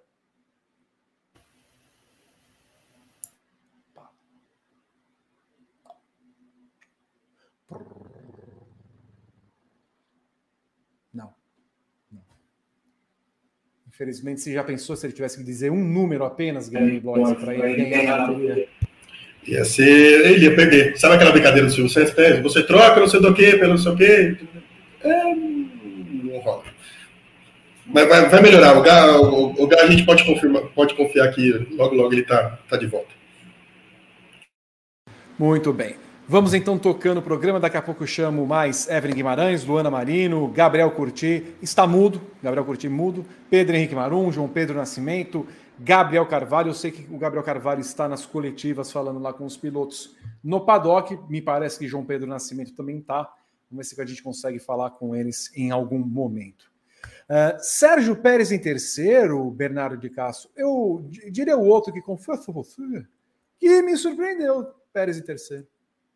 Não. Não. Infelizmente, você já pensou se ele tivesse que dizer um número apenas, Guilherme Blois, para ele ganhar? Ia ser... Ele ia perder. Sabe aquela brincadeira do Silvio Santos? Você troca não sei do que pelo não sei o quê? É... Não rola. Mas vai, vai melhorar. O Gá, o, o Gá a gente pode, confirmar, pode confiar que logo, logo ele está tá de volta. Muito bem. Vamos então tocando o programa. Daqui a pouco eu chamo mais Evelyn Guimarães, Luana Marino, Gabriel Curti. Está mudo. Gabriel Curti mudo. Pedro Henrique Marum, João Pedro Nascimento, Gabriel Carvalho. Eu sei que o Gabriel Carvalho está nas coletivas falando lá com os pilotos no paddock. Me parece que João Pedro Nascimento também está. Vamos ver se a gente consegue falar com eles em algum momento. Uh, Sérgio Pérez em terceiro, Bernardo de Castro. Eu diria o outro que confesso você que me surpreendeu, Pérez em terceiro.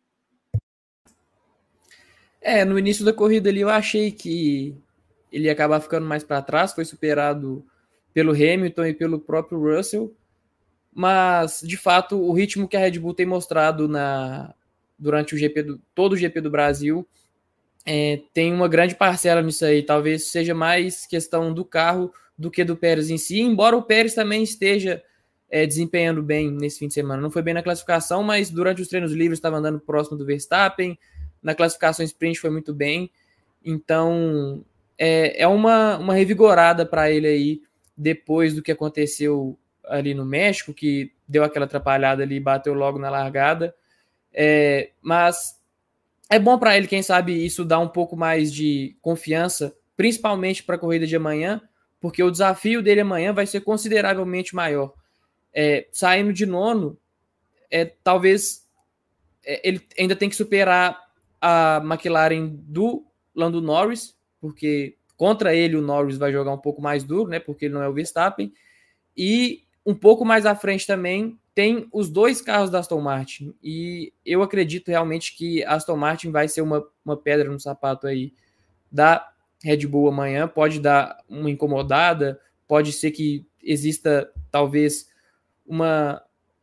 É, no início da corrida ali eu achei que ele ia acabar ficando mais para trás, foi superado pelo Hamilton e pelo próprio Russell, mas de fato o ritmo que a Red Bull tem mostrado na, durante o G P do, todo o G P do Brasil É, tem uma grande parcela nisso aí, talvez seja mais questão do carro do que do Pérez em si, embora o Pérez também esteja é, desempenhando bem nesse fim de semana. Não foi bem na classificação, mas durante os treinos livres estava andando próximo do Verstappen, na classificação sprint foi muito bem, então é, é uma, uma revigorada para ele aí, depois do que aconteceu ali no México, que deu aquela atrapalhada ali e bateu logo na largada, é, mas é bom para ele, quem sabe, isso dá um pouco mais de confiança, principalmente para a corrida de amanhã, porque o desafio dele amanhã vai ser consideravelmente maior. É, saindo de nono, é, talvez é, ele ainda tem que superar a McLaren do Lando Norris, porque contra ele o Norris vai jogar um pouco mais duro, né, porque ele não é o Verstappen, e um pouco mais à frente também tem os dois carros da Aston Martin, e eu acredito realmente que a Aston Martin vai ser uma, uma pedra no sapato aí da Red Bull amanhã, pode dar uma incomodada, pode ser que exista talvez uma,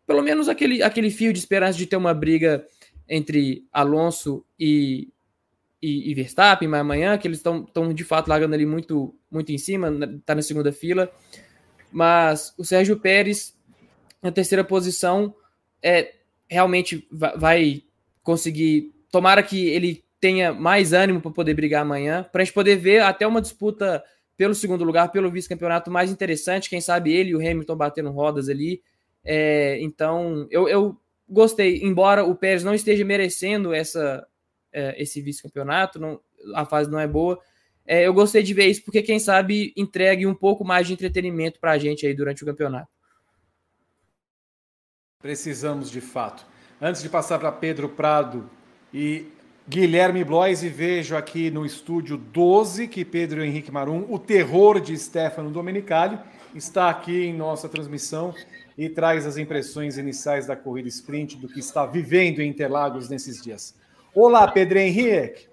pelo menos aquele, aquele fio de esperança de ter uma briga entre Alonso e, e, e Verstappen amanhã, que eles estão de fato largando ali muito, muito em cima, está na segunda fila, mas o Sérgio Pérez, na terceira posição, é, realmente vai conseguir, tomara que ele tenha mais ânimo para poder brigar amanhã, para a gente poder ver até uma disputa pelo segundo lugar, pelo vice-campeonato mais interessante, quem sabe ele e o Hamilton batendo rodas ali. É, então, eu, eu gostei, embora o Pérez não esteja merecendo essa, é, esse vice-campeonato, não, a fase não é boa, é, eu gostei de ver isso, porque quem sabe entregue um pouco mais de entretenimento para a gente aí durante o campeonato. Precisamos de fato. Antes de passar para Pedro Prado e Guilherme Bloise, vejo aqui no estúdio doze que Pedro Henrique Marum, o terror de Stefano Domenicali, está aqui em nossa transmissão e traz as impressões iniciais da corrida sprint, do que está vivendo em Interlagos nesses dias. Olá, Pedro Henrique.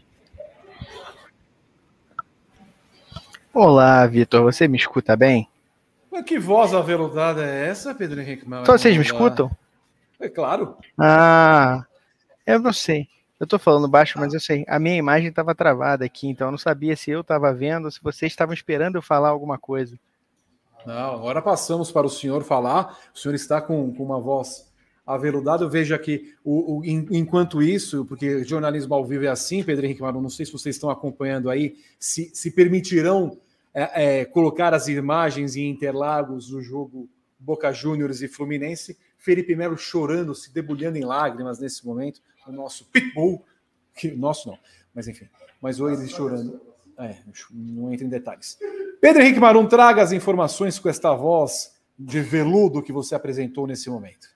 Olá, Vitor. Você me escuta bem? Mas que voz aveludada é essa, Pedro Henrique? Então vocês me escutam? É claro. Ah, eu não sei. Eu tô falando baixo, mas eu sei. A minha imagem estava travada aqui, então eu não sabia se eu estava vendo ou se vocês estavam esperando eu falar alguma coisa. Não, agora passamos para o senhor falar. O senhor está com, com uma voz aveludada. Eu vejo aqui, o, o, enquanto isso, porque jornalismo ao vivo é assim, Pedro Henrique Marum, não sei se vocês estão acompanhando aí, se, se permitirão é, é, colocar as imagens em Interlagos do jogo Boca Juniors e Fluminense. Felipe Melo chorando, se debulhando em lágrimas nesse momento. O nosso pitbull, que nosso não, mas enfim, mas o ele chorando. É, não entra em detalhes. Pedro Henrique Marum, traga as informações com esta voz de veludo que você apresentou nesse momento.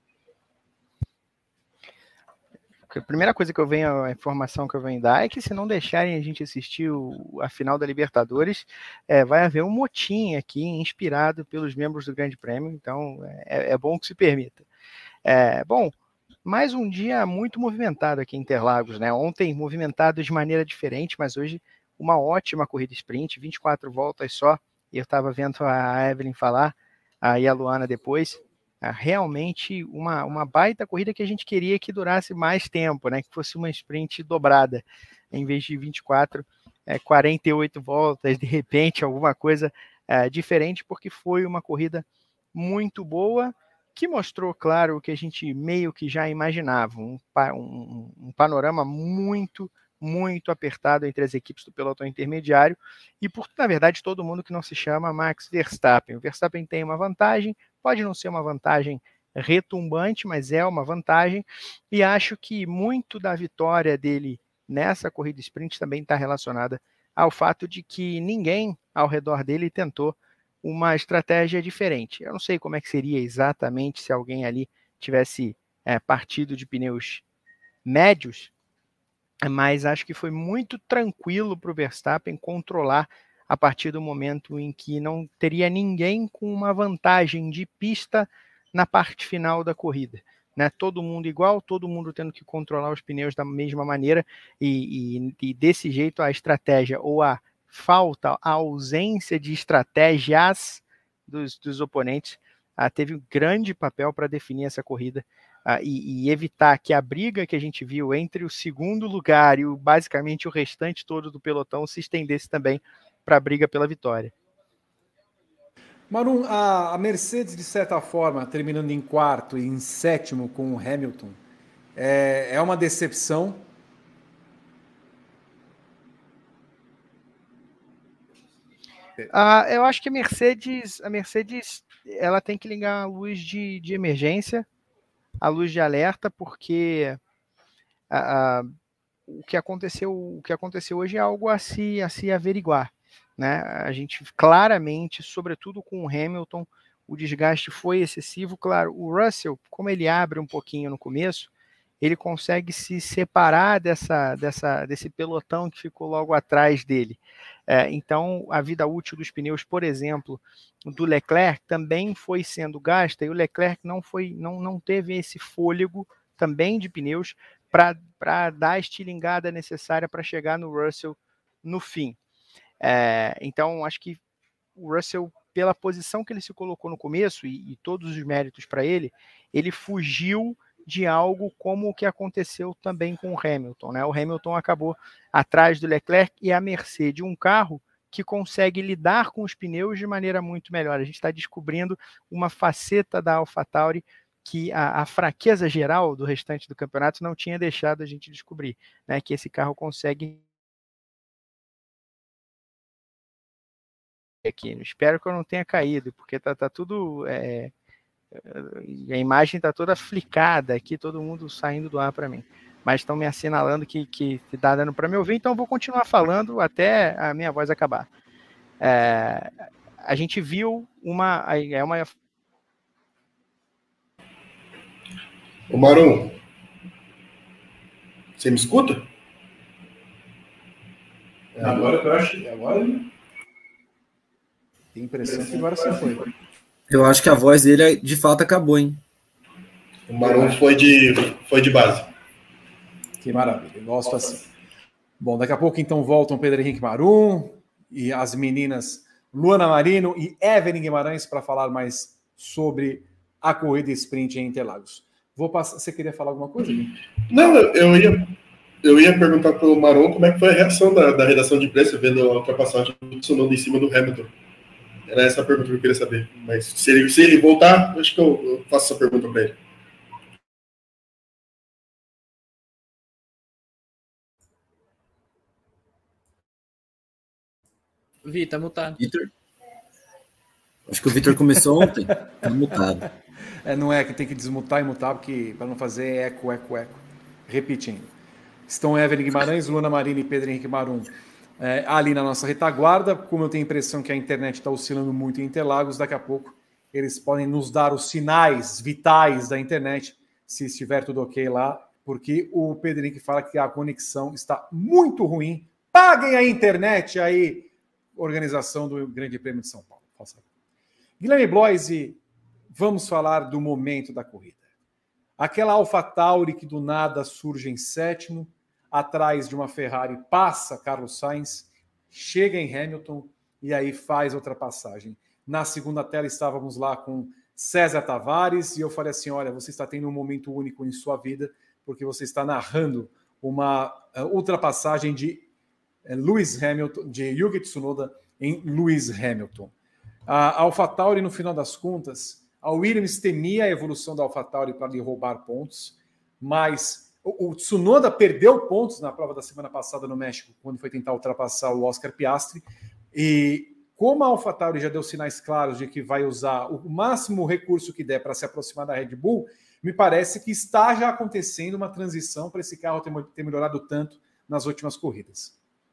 A primeira coisa que eu venho, a informação que eu venho dar é que se não deixarem a gente assistir o, a final da Libertadores, é, vai haver um motim aqui inspirado pelos membros do Grande Prêmio, então é, é bom que se permita. É, bom, mais um dia muito movimentado aqui em Interlagos, né? Ontem movimentado de maneira diferente, mas hoje uma ótima corrida sprint, vinte e quatro voltas só, e eu estava vendo a Evelyn falar, a, e a Luana depois, realmente uma, uma baita corrida que a gente queria que durasse mais tempo, né? Que fosse uma sprint dobrada, em vez de vinte e quatro, é, quarenta e oito voltas, de repente alguma coisa é, diferente, porque foi uma corrida muito boa, que mostrou, claro, o que a gente meio que já imaginava, um, um, um panorama muito, muito apertado entre as equipes do pelotão intermediário, e por, na verdade, todo mundo que não se chama Max Verstappen. O Verstappen tem uma vantagem, pode não ser uma vantagem retumbante, mas é uma vantagem, e acho que muito da vitória dele nessa corrida sprint também está relacionada ao fato de que ninguém ao redor dele tentou uma estratégia diferente. Eu não sei como é que seria exatamente se alguém ali tivesse é, partido de pneus médios, mas acho que foi muito tranquilo para o Verstappen controlar a partir do momento em que não teria ninguém com uma vantagem de pista na parte final da corrida. Né? Todo mundo igual, todo mundo tendo que controlar os pneus da mesma maneira, e, e, e desse jeito a estratégia ou a falta, a ausência de estratégias dos, dos oponentes ah, teve um grande papel para definir essa corrida ah, e, e evitar que a briga que a gente viu entre o segundo lugar e o, basicamente o restante todo do pelotão se estendesse também para a briga pela vitória. Marum, a, a Mercedes, de certa forma, terminando em quarto e em sétimo com o Hamilton, é, é uma decepção. Ah, eu acho que a Mercedes, a Mercedes, ela tem que ligar a luz de, de emergência, a luz de alerta, porque ah, o que aconteceu, o que aconteceu hoje é algo a se, a se averiguar, né? A gente claramente, sobretudo com o Hamilton, o desgaste foi excessivo. Claro, o Russell, como ele abre um pouquinho no começo, ele consegue se separar dessa, dessa, desse pelotão que ficou logo atrás dele. É, então, a vida útil dos pneus, por exemplo, do Leclerc também foi sendo gasta, e o Leclerc não, foi, não, não teve esse fôlego também de pneus para dar a estilingada necessária para chegar no Russell no fim. É, então, acho que o Russell pela posição que ele se colocou no começo, e, e todos os méritos para ele, ele fugiu de algo como o que aconteceu também com o Hamilton, né? O Hamilton acabou atrás do Leclerc e à mercê de um carro que consegue lidar com os pneus de maneira muito melhor. A gente está descobrindo uma faceta da AlphaTauri que a, a fraqueza geral do restante do campeonato não tinha deixado a gente descobrir, né? Que esse carro consegue... Aqui, espero que eu não tenha caído, porque tá, tá tudo... É... A imagem está toda flicada aqui, todo mundo saindo do ar para mim. Mas estão me assinalando que está dando para me ouvir, então eu vou continuar falando até a minha voz acabar. É, a gente viu uma... É uma... Ô Marum, você me escuta? Agora eu acho... Agora... Tem impressão que agora você foi. Eu acho que a voz dele, de fato, acabou, hein? O Marum foi de, foi de base. Que maravilha, gosto assim. Bom, daqui a pouco, então, voltam Pedro Henrique Marum e as meninas Luana Marino e Evelyn Guimarães para falar mais sobre a corrida sprint em Interlagos. Vou passar... Você queria falar alguma coisa, Gui? Não, eu ia, eu ia perguntar para o Marum como é que foi a reação da, da redação de imprensa vendo a ultrapassagem do Tsunoda em cima do Hamilton. Era essa a pergunta que eu queria saber. Mas se ele, se ele voltar, acho que eu, eu faço essa pergunta para ele. Vi, tá mutado. Vitor? Acho que o Vitor começou ontem. Tá mutado. É, não é que tem que desmutar e mutar, porque para não fazer eco, eco, eco. Repetindo. Estão Evelyn Guimarães, Luana Marino e Pedro Henrique Marum é, ali na nossa retaguarda. Como eu tenho a impressão que a internet está oscilando muito em Interlagos, daqui a pouco eles podem nos dar os sinais vitais da internet, se estiver tudo ok lá, porque o Pedro Henrique fala que a conexão está muito ruim. Paguem a internet aí, organização do Grande Prêmio de São Paulo. Guilherme Bloise, vamos falar do momento da corrida. Aquela AlphaTauri que do nada surge em sétimo, atrás de uma Ferrari, passa Carlos Sainz, chega em Hamilton e aí faz a ultrapassagem. Na segunda tela estávamos lá com César Tavares e eu falei assim, olha, você está tendo um momento único em sua vida porque você está narrando uma ultrapassagem de Lewis Hamilton, de Yuki Tsunoda em Lewis Hamilton. A AlphaTauri, no final das contas, a Williams temia a evolução da AlphaTauri para lhe roubar pontos, mas o, o Tsunoda perdeu pontos na prova da semana passada no México, quando foi tentar ultrapassar o Oscar Piastri, e como a AlphaTauri já deu sinais claros de que vai usar o máximo recurso que der para se aproximar da Red Bull, me parece que está já acontecendo uma transição para esse carro ter, ter melhorado tanto nas últimas corridas.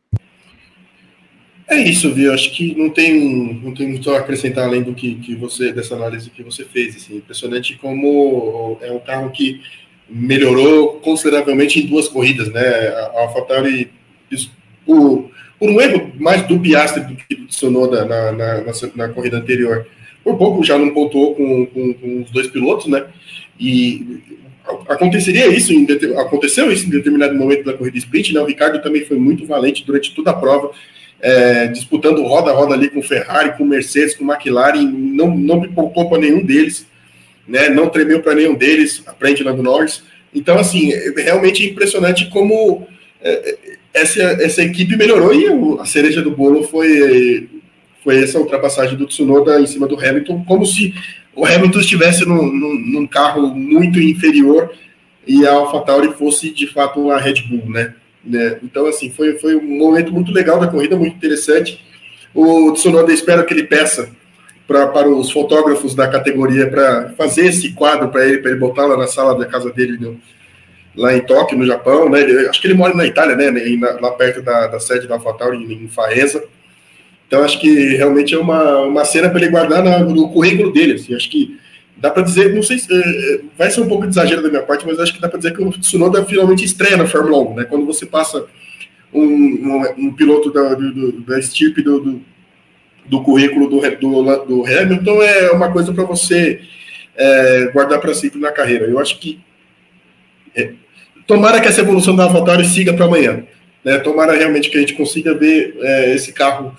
É isso, viu? Acho que não tem, não tem muito a acrescentar além do que, que você, dessa análise que você fez. Assim, impressionante como é um carro que melhorou consideravelmente em duas corridas, né? A AlphaTauri, por, por um erro mais do Piastri do que do Tsunoda na, na, na, na corrida anterior, por pouco já não pontuou com, com, com os dois pilotos, né? E aconteceria isso, em, aconteceu isso em determinado momento da corrida sprint, né? O Ricardo também foi muito valente durante toda a prova. É, disputando roda a roda ali com Ferrari, com Mercedes, com McLaren, não, não me poupou para nenhum deles, né, não tremeu para nenhum deles, aprende lá do Norris. Então, assim, é realmente impressionante como é, essa, essa equipe melhorou e a cereja do bolo foi, foi essa ultrapassagem do Tsunoda em cima do Hamilton, como se o Hamilton estivesse num, num, num carro muito inferior e a AlphaTauri fosse, de fato, uma Red Bull, né? Né? Então, assim, foi, foi um momento muito legal da corrida, muito interessante. O Tsunoda, espero que ele peça pra, para os fotógrafos da categoria para fazer esse quadro para ele, para ele botar lá na sala da casa dele, no, lá em Tóquio, no Japão, né? Ele, acho que ele mora na Itália, né? Na, lá perto da, da sede da AlphaTauri, em, em Faenza. Então, acho que realmente é uma, uma cena para ele guardar na, no currículo dele. Assim, acho que dá para dizer, não sei se é, vai ser um pouco de exagero da minha parte, mas acho que dá para dizer que o Tsunoda finalmente estreia na Fórmula um, né? Quando você passa um, um, um piloto da, do, da estirpe do, do, do currículo do, do, do Hamilton, é uma coisa para você é, guardar para sempre na carreira. Eu acho que é, tomara que essa evolução da AlphaTauri siga para amanhã, né? Tomara realmente que a gente consiga ver é, esse carro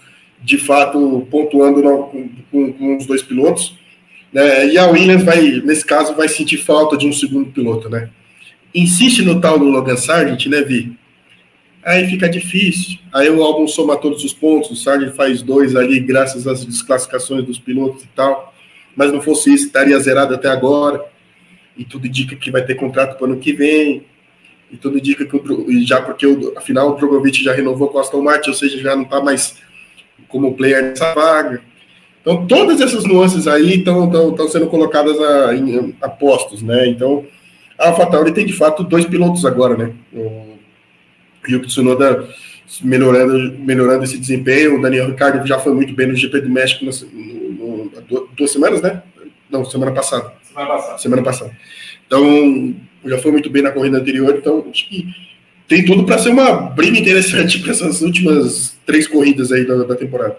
de fato, pontuando no, com, com, com os dois pilotos, né? E a Williams vai, nesse caso, vai sentir falta de um segundo piloto, né? Insiste no tal do Logan Sargent, né, Vi? Aí fica difícil. Aí o Albon soma todos os pontos, o Sargent faz dois ali, graças às desclassificações dos pilotos e tal. Mas não fosse isso, estaria zerado até agora. E tudo indica que vai ter contrato para o ano que vem. E tudo indica que, o, já porque, o, afinal, o Drogovic já renovou com o Aston Martin, ou seja, já não está mais como player nessa vaga. Então, todas essas nuances aí estão sendo colocadas a, em, a postos, né? Então, a AlphaTauri tem, de fato, dois pilotos agora, né? O Yuki Tsunoda melhorando, melhorando esse desempenho, o Daniel Ricciardo já foi muito bem no G P do México, no, no, duas semanas, né? Não, semana passada. Semana passada. Semana passada. Então, já foi muito bem na corrida anterior, então acho que tem tudo para ser uma briga interessante para essas últimas três corridas aí da, da temporada.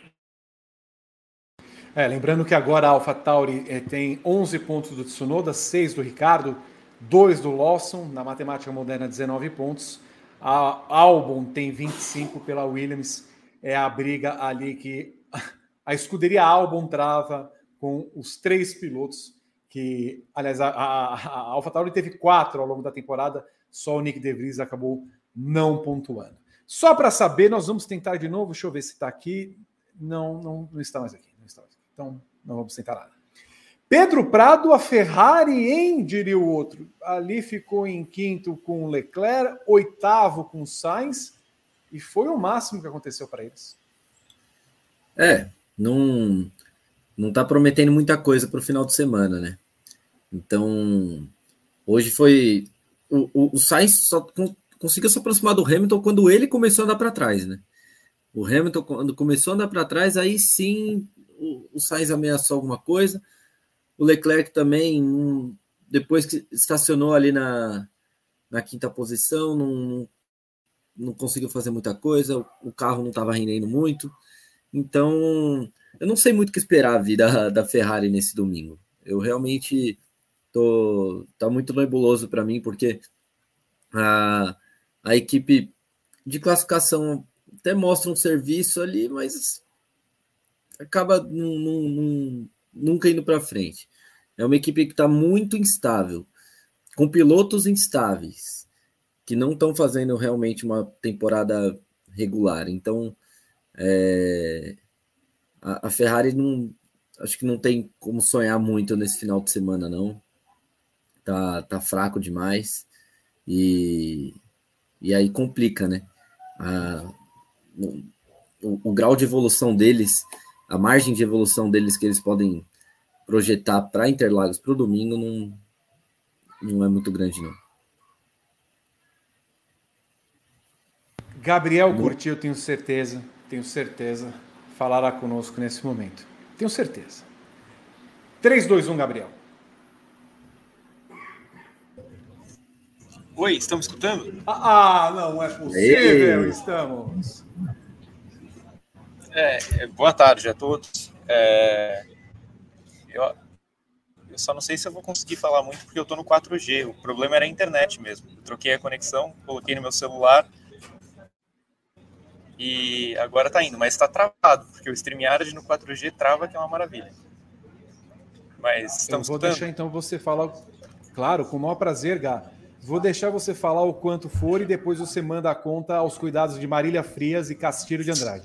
É, lembrando que agora a AlphaTauri é, tem onze pontos do Tsunoda, seis do Ricciardo, dois do Lawson, na matemática moderna dezenove pontos. A Albon tem vinte e cinco pela Williams, é a briga ali que a escuderia Albon trava com os três pilotos que, aliás, a, a, a AlphaTauri teve quatro ao longo da temporada, só o Nick De Vries acabou não pontuando. Só para saber, nós vamos tentar de novo, deixa eu ver se está aqui. Não, não, não está mais aqui, não está mais aqui. Então não vamos tentar nada. Pedro Prado, a Ferrari, hein, diria o outro. Ali ficou em quinto com o Leclerc, oitavo com o Sainz, e foi o máximo que aconteceu para eles. É, não, não tá prometendo muita coisa para o final de semana, né? Então, hoje foi... O, o, o Sainz só con, conseguiu se aproximar do Hamilton quando ele começou a andar para trás, né? O Hamilton, quando começou a andar para trás, aí sim o, o Sainz ameaçou alguma coisa. O Leclerc também, um, depois que estacionou ali na, na quinta posição, não, não conseguiu fazer muita coisa, o, o carro não estava rendendo muito. Então, eu não sei muito o que esperar a vida da Ferrari nesse domingo. Eu realmente tô tá muito nebuloso para mim, porque a, a equipe de classificação até mostra um serviço ali, mas acaba num, num, nunca indo para frente. É uma equipe que está muito instável, com pilotos instáveis, que não estão fazendo realmente uma temporada regular. Então, é, a, a Ferrari não, acho que não tem como sonhar muito nesse final de semana, não. Tá, tá fraco demais. E, e aí complica, né? A, o, o, o grau de evolução deles, a margem de evolução deles que eles podem projetar para Interlagos para o domingo não, não é muito grande, não. Gabriel Curti, eu tenho certeza, tenho certeza, falará conosco nesse momento. Tenho certeza. três, dois, um, Gabriel. Oi, estamos escutando? Ah, ah não é possível, Ei. Estamos. É, boa tarde a todos. É, eu, eu só não sei se eu vou conseguir falar muito porque eu estou no quatro G. O problema era a internet mesmo. Eu troquei a conexão, coloquei no meu celular e agora está indo, mas está travado, porque o StreamYard no quatro G trava, que é uma maravilha. Mas estamos eu vou escutando? deixar então você falar, claro, com o maior prazer, Gá. Vou deixar você falar o quanto for e depois você manda a conta aos cuidados de Marília Frias e Castilho de Andrade.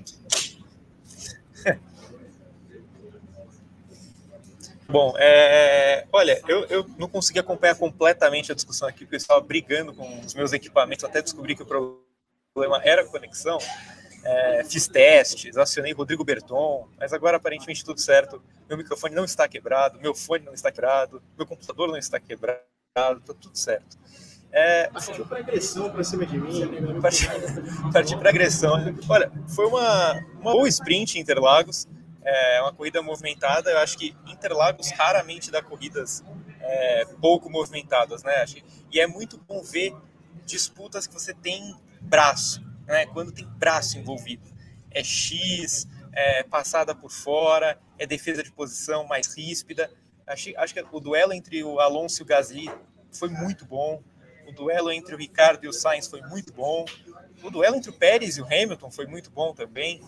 Bom, é, olha, eu, eu não consegui acompanhar completamente a discussão aqui, porque eu estava brigando com os meus equipamentos, até descobri que o problema era a conexão. É, fiz testes, acionei Rodrigo Berton, mas agora aparentemente tudo certo. Meu microfone não está quebrado, meu fone não está quebrado, meu computador não está quebrado, está tudo certo. É, partiu para agressão para cima de mim. Partiu, partiu para agressão. Olha, foi uma, uma boa sprint em Interlagos, é uma corrida movimentada. Eu acho que Interlagos raramente dá corridas é, pouco movimentadas, né? E é muito bom ver disputas que você tem braço, né? Quando tem braço envolvido. É X, é passada por fora, é defesa de posição mais ríspida. Acho, acho que o duelo entre o Alonso e o Gasly foi muito bom. O duelo entre o Ricciardo e o Sainz foi muito bom. O duelo entre o Pérez e o Hamilton foi muito bom também.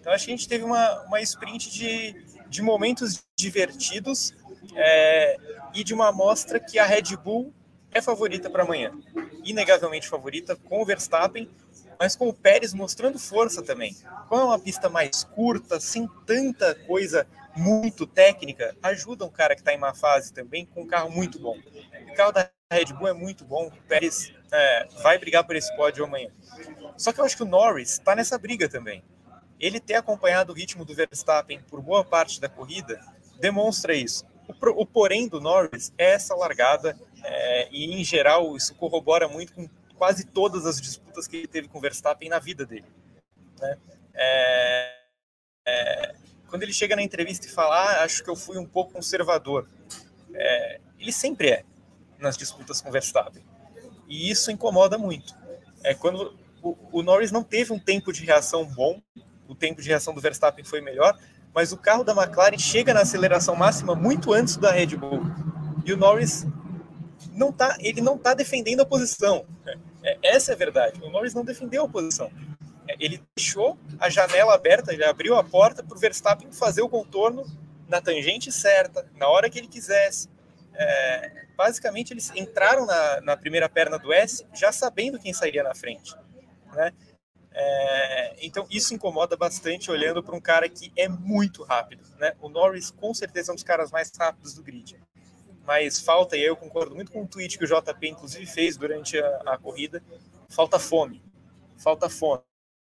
Então acho que a gente teve uma, uma sprint de, de momentos divertidos é, e de uma amostra que a Red Bull é favorita para amanhã. Inegavelmente favorita com o Verstappen, mas com o Pérez mostrando força também. Como é uma pista mais curta, sem tanta coisa muito técnica, ajuda um cara que está em má fase também com um carro muito bom. O carro da Red Bull é muito bom, o Pérez é, vai brigar por esse pódio amanhã. Só que eu acho que o Norris está nessa briga também. Ele ter acompanhado o ritmo do Verstappen por boa parte da corrida demonstra isso. O, pro, o porém do Norris é essa largada é, e, em geral, isso corrobora muito com quase todas as disputas que ele teve com o Verstappen na vida dele. Né? É, é, quando ele chega na entrevista e fala, ah, acho que eu fui um pouco conservador, é, ele sempre é nas disputas com o Verstappen. E isso incomoda muito. É, quando o, o Norris não teve um tempo de reação bom, o tempo de reação do Verstappen foi melhor, mas o carro da McLaren chega na aceleração máxima muito antes da Red Bull. E o Norris não tá, ele não está defendendo a posição. É, essa é a verdade. O Norris não defendeu a posição. É, ele deixou a janela aberta, ele abriu a porta para o Verstappen fazer o contorno na tangente certa, na hora que ele quisesse. É, basicamente, eles entraram na, na primeira perna do S já sabendo quem sairia na frente. Né? É, então, isso incomoda bastante olhando para um cara que é muito rápido. Né? O Norris, com certeza, é um dos caras mais rápidos do grid. Mas falta, e eu concordo muito com o tweet que o J P, inclusive, fez durante a, a corrida, falta fome. Falta fome.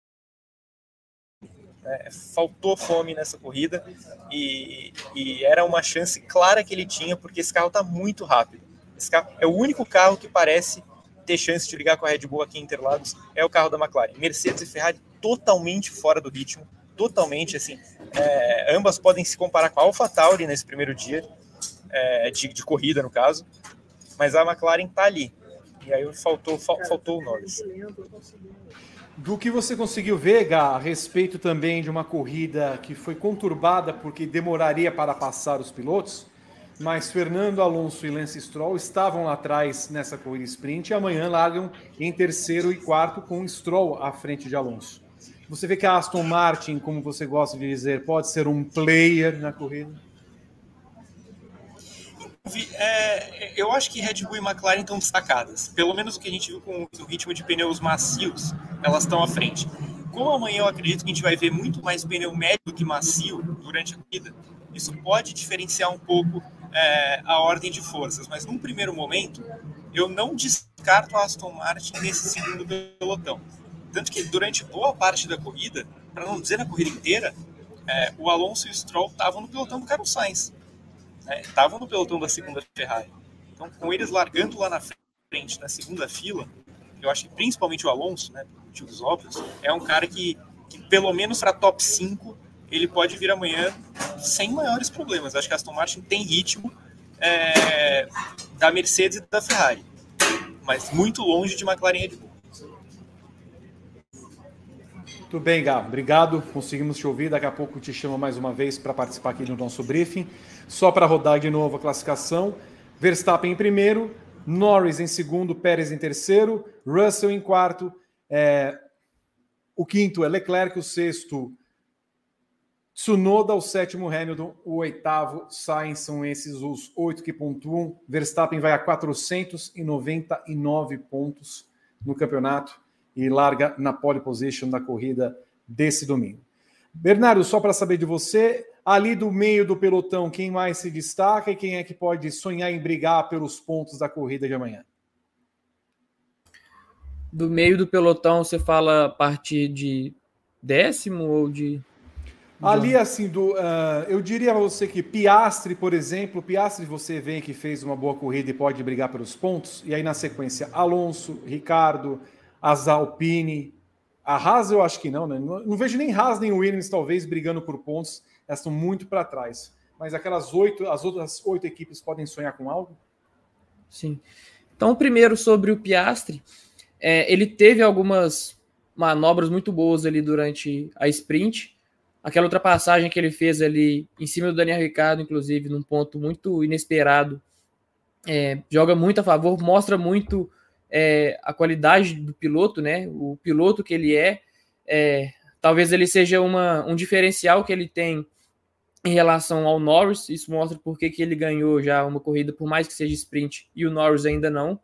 É, faltou fome nessa corrida e, e era uma chance clara que ele tinha, porque esse carro está muito rápido. Esse carro é o único carro que parece ter chance de ligar com a Red Bull aqui em Interlagos, é o carro da McLaren. Mercedes e Ferrari totalmente fora do ritmo, totalmente assim. É, ambas podem se comparar com a AlphaTauri nesse primeiro dia, é, de, de corrida no caso, mas a McLaren está ali. E aí faltou, fal, faltou o Norris. Do que você conseguiu ver, Gá, a respeito também de uma corrida que foi conturbada porque demoraria para passar os pilotos, mas Fernando Alonso e Lance Stroll estavam lá atrás nessa corrida sprint e amanhã largam em terceiro e quarto com Stroll à frente de Alonso. Você vê que a Aston Martin, como você gosta de dizer, pode ser um player na corrida? É, eu acho que Red Bull e McLaren estão destacadas. Pelo menos o que a gente viu com o ritmo de pneus macios, elas estão à frente. Como amanhã eu acredito que a gente vai ver muito mais pneu médio do que macio durante a corrida, isso pode diferenciar um pouco é, a ordem de forças. Mas num primeiro momento, eu não descarto a Aston Martin nesse segundo pelotão. Tanto que durante boa parte da corrida, para não dizer na corrida inteira, é, o Alonso e o Stroll estavam no pelotão do Carlos Sainz. Estavam é, no pelotão da segunda Ferrari. Então, com eles largando lá na frente, na segunda fila, eu acho que principalmente o Alonso, né, por motivos óbvios, é um cara que, que pelo menos para top cinco, ele pode vir amanhã sem maiores problemas. Acho que a Aston Martin tem ritmo é, da Mercedes e da Ferrari, mas muito longe de McLaren e Red Bull. Tudo bem, Gá. Obrigado. Conseguimos te ouvir. Daqui a pouco te chamo mais uma vez para participar aqui do nosso briefing. Só para rodar de novo a classificação. Verstappen em primeiro, Norris em segundo, Pérez em terceiro, Russell em quarto, é... o quinto é Leclerc, o sexto Tsunoda, o sétimo Hamilton, o oitavo Sainz. São esses os oito que pontuam. Verstappen vai a quatrocentos e noventa e nove pontos no campeonato e larga na pole position da corrida desse domingo. Bernardo, só para saber de você, ali do meio do pelotão, quem mais se destaca e quem é que pode sonhar em brigar pelos pontos da corrida de amanhã? Do meio do pelotão, você fala a partir de décimo ou de... Ali, assim, do, uh, eu diria a você que Piastri, por exemplo, Piastri você vê que fez uma boa corrida e pode brigar pelos pontos, e aí na sequência Alonso, Ricardo, as Alpine, a Haas eu acho que não, né? Não, não vejo nem Haas nem Williams talvez brigando por pontos, elas estão muito para trás. Mas aquelas oito, as outras oito equipes podem sonhar com algo? Sim. Então, primeiro sobre o Piastri, é, ele teve algumas manobras muito boas ali durante a sprint. Aquela ultrapassagem que ele fez ali em cima do Daniel Ricciardo, inclusive, num ponto muito inesperado, é, joga muito a favor, mostra muito é, a qualidade do piloto, né? O piloto que ele é, é talvez ele seja uma, um diferencial que ele tem em relação ao Norris. Isso mostra porque que ele ganhou já uma corrida, por mais que seja sprint, e o Norris ainda não.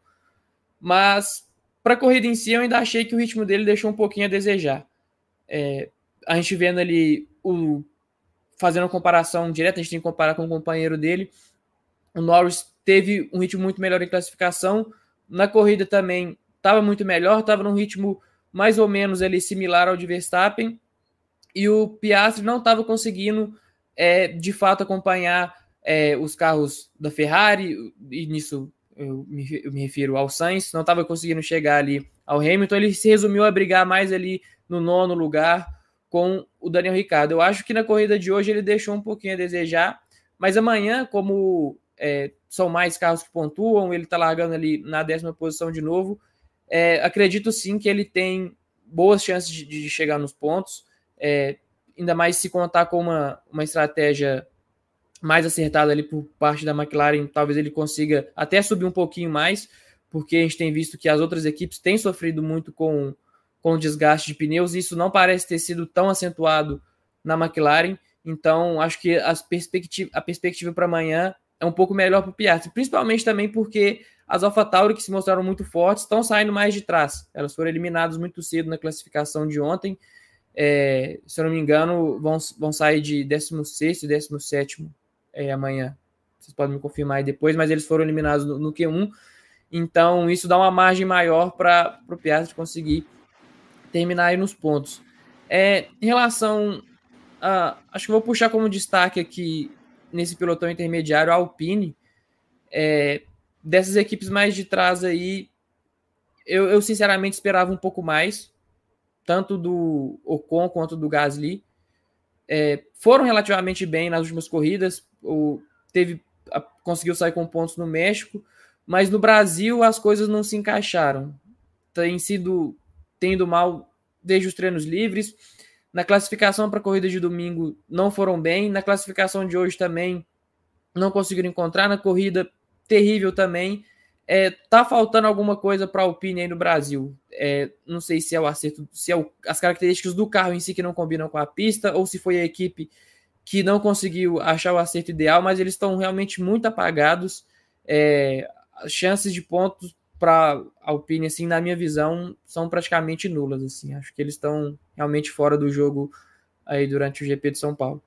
Mas para a corrida em si, eu ainda achei que o ritmo dele deixou um pouquinho a desejar. É, a gente vendo ali, o, fazendo uma comparação direta, a gente tem que comparar com o companheiro dele. O Norris teve um ritmo muito melhor em classificação. Na corrida também estava muito melhor, estava num ritmo mais ou menos ali similar ao de Verstappen. E o Piastri não estava conseguindo, é, de fato, acompanhar é, os carros da Ferrari, e nisso eu me, eu me refiro ao Sainz, não estava conseguindo chegar ali ao Hamilton. Ele se resumiu a brigar mais ali no nono lugar com o Daniel Ricciardo. Eu acho que na corrida de hoje ele deixou um pouquinho a desejar, mas amanhã, como é, são mais carros que pontuam, ele está largando ali na décima posição de novo, é, acredito sim que ele tem boas chances de, de chegar nos pontos, é, ainda mais se contar com uma, uma estratégia mais acertada ali por parte da McLaren. Talvez ele consiga até subir um pouquinho mais, porque a gente tem visto que as outras equipes têm sofrido muito com, com o desgaste de pneus, e isso não parece ter sido tão acentuado na McLaren. Então, acho que as perspectiva, a perspectiva para amanhã é um pouco melhor para o Piastri, principalmente também porque as AlphaTauri, que se mostraram muito fortes, estão saindo mais de trás. Elas foram eliminadas muito cedo na classificação de ontem. É, se eu não me engano, vão, vão sair de décimo sexto e décimo sétimo é, amanhã. Vocês podem me confirmar aí depois, mas eles foram eliminados no, no Q um. Então, isso dá uma margem maior para o Piastri conseguir terminar aí nos pontos. É, em relação a... Acho que vou puxar como destaque aqui, nesse pelotão intermediário, a Alpine. É, dessas equipes mais de trás aí, eu, eu sinceramente esperava um pouco mais, tanto do Ocon quanto do Gasly. É, foram relativamente bem nas últimas corridas, o, teve, a, conseguiu sair com pontos no México, mas no Brasil as coisas não se encaixaram. Tem sido, tem ido mal desde os treinos livres. Na classificação para a corrida de domingo não foram bem, na classificação de hoje também não conseguiram encontrar, na corrida terrível também. É, tá faltando alguma coisa para a Alpine aí no Brasil. É, não sei se é o acerto, se é o, as características do carro em si que não combinam com a pista, ou se foi a equipe que não conseguiu achar o acerto ideal, mas eles estão realmente muito apagados. É, as chances de pontos para a Alpine, assim, na minha visão, são praticamente nulas. Assim. Acho que eles estão realmente fora do jogo aí durante o G P de São Paulo.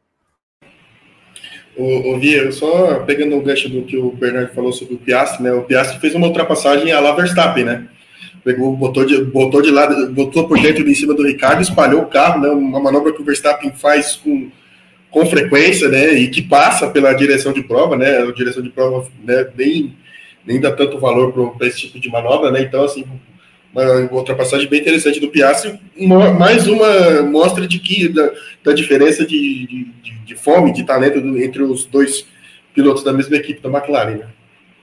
Ô, ô Via, só pegando o gancho do que o Bernardo falou sobre o Piastri, né? O Piastri fez uma ultrapassagem à la Verstappen, né? Pegou, botou de, botou de lado, botou por dentro em cima do Ricardo, espalhou o carro, né? Uma manobra que o Verstappen faz com, com frequência, né? E que passa pela direção de prova, né? A direção de prova, né? Bem, nem dá tanto valor para esse tipo de manobra, né? Então, assim, uma ultrapassagem bem interessante do Piastri, mais uma mostra de que da, da diferença de, de, de fome, de talento do, entre os dois pilotos da mesma equipe da McLaren, né?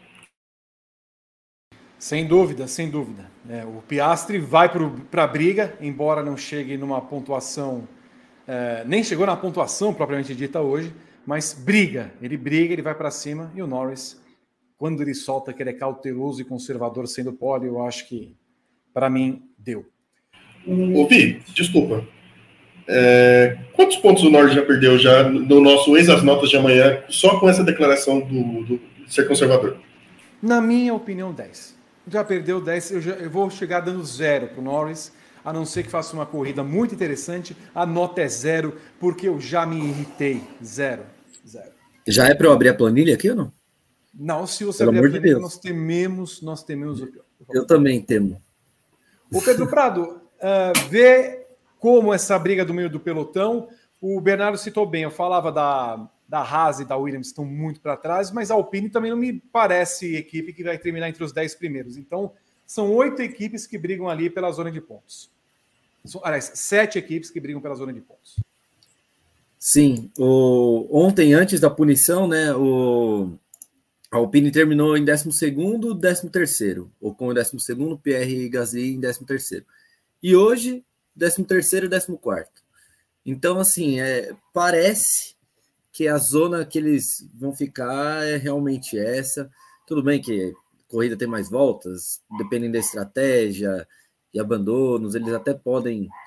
Sem dúvida, sem dúvida. É, o Piastri vai para a briga, embora não chegue numa pontuação, é, nem chegou na pontuação propriamente dita hoje, mas briga, ele briga, ele vai para cima, e o Norris, quando ele solta que ele é cauteloso e conservador sendo pole, eu acho que para mim, deu. Ô, Vi, desculpa. É, quantos pontos o Norris já perdeu já no nosso ex as notas de amanhã, só com essa declaração do, do ser conservador? Na minha opinião, dez. Já perdeu dez, eu, já, eu vou chegar dando zero para o Norris, a não ser que faça uma corrida muito interessante. A nota é zero, porque eu já me irritei. Zero. Zero. Já é para eu abrir a planilha aqui ou não? Não, se você Pelo abrir a amor de planilha, Deus. nós tememos, nós tememos o pior. Eu também temo. O Pedro Prado, uh, vê como essa briga do meio do pelotão. O Bernardo citou bem, eu falava da, da Haas e da Williams estão muito para trás, mas a Alpine também não me parece equipe que vai terminar entre os dez primeiros. Então, são oito equipes que brigam ali pela zona de pontos. São, aliás, sete equipes que brigam pela zona de pontos. Sim, o, ontem, antes da punição, né, o... a Alpine terminou em décimo segundo, décimo terceiro. Ocon em décimo segundo, Pierre Gasly em décimo terceiro. E hoje, décimo terceiro e décimo quarto. Então, assim, é, parece que a zona que eles vão ficar é realmente essa. Tudo bem que a corrida tem mais voltas, dependendo da estratégia e abandonos, eles até podem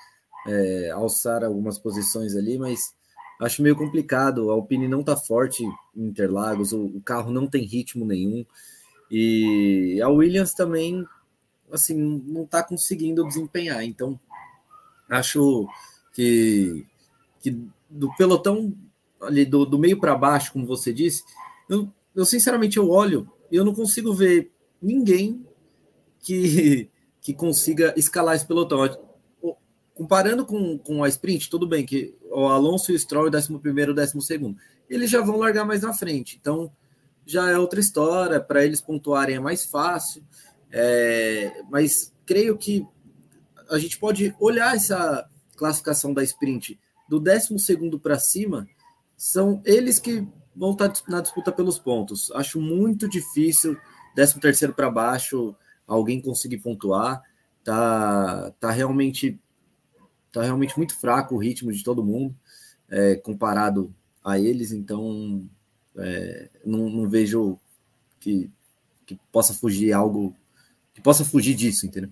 é, alçar algumas posições ali, mas acho meio complicado. A Alpine não está forte em Interlagos, o, o carro não tem ritmo nenhum, e a Williams também, assim, não está conseguindo desempenhar. Então, acho que, que do pelotão ali do, do meio para baixo, como você disse, eu, eu sinceramente eu olho e eu não consigo ver ninguém que, que consiga escalar esse pelotão. Comparando com, com a sprint, tudo bem que o Alonso e o Stroll, décimo primeiro e décimo segundo, eles já vão largar mais na frente. Então, já é outra história. Para eles pontuarem é mais fácil. É, mas creio que a gente pode olhar essa classificação da sprint do décimo segundo para cima, são eles que vão estar na disputa pelos pontos. Acho muito difícil, décimo terceiro para baixo, alguém conseguir pontuar. Tá, tá realmente... Está realmente muito fraco o ritmo de todo mundo, é, comparado a eles, então é, não, não vejo que, que possa fugir algo, que possa fugir disso, entendeu?